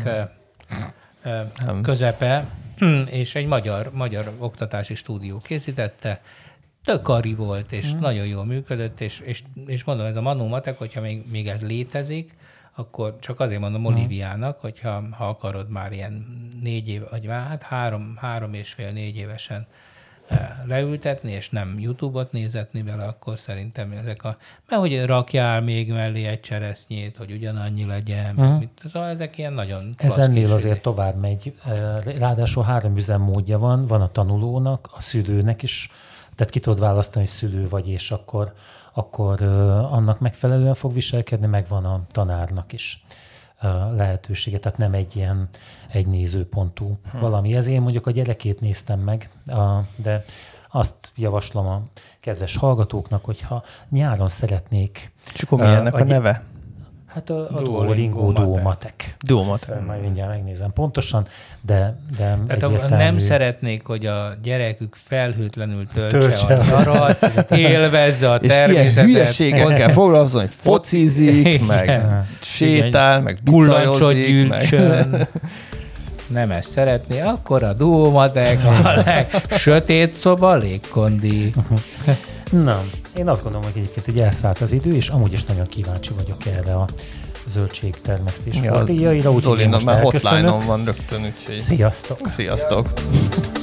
Nem. Nem. közepe, és egy magyar, magyar oktatási stúdió készítette, tök ari volt, és hmm. nagyon jól működött, és, és, és mondom, ez a Manu Matek, hogyha még, még ez létezik, akkor csak azért mondom Oliviának, hogyha ha akarod már ilyen négy év, vagy már hát három, három és fél, négy évesen leültetni, és nem YouTube-ot nézetni vele, akkor szerintem ezek a... Mert hogy rakjál még mellé egy cseresznyét, hogy ugyanannyi legyen. Uh-huh. Mit, szóval ezek ilyen nagyon Ez ennél azért tovább megy. Ráadásul három üzemmódja van, van a tanulónak, a szülőnek is, tehát ki tudod választani, hogy szülő vagy, és akkor, akkor annak megfelelően fog viselkedni, meg van a tanárnak is lehetősége, tehát nem egy ilyen egy nézőpontú hmm. valami. Ezért én mondjuk a gyerekét néztem meg, de azt javaslom a kedves hallgatóknak, hogyha nyáron szeretnék... És akkor mi ennek a, a neve? Hát a, a Duolingo Duomatek. Duomatek. Majd mindjárt megnézem pontosan, de, de egyértelmű. Nem szeretnék, hogy a gyerekük felhőtlenül töltse, töltse a nyarat, élvezze a és természetet. És ilyen hülyeségekkel foglalkozni, hogy focizik, meg sétál, meg bicajozik, meg... Nem ezt szeretné, akkor a Duomatek, a legsötét szoba, légkondi. Na, én azt gondolom, hogy egyébként hogy elszállt az idő, és amúgy is nagyon kíváncsi vagyok erre a zöldségtermesztés ja, fordíjaira. Zolinak már hotline-on van rögtön, úgyhogy... Sziasztok! Sziasztok!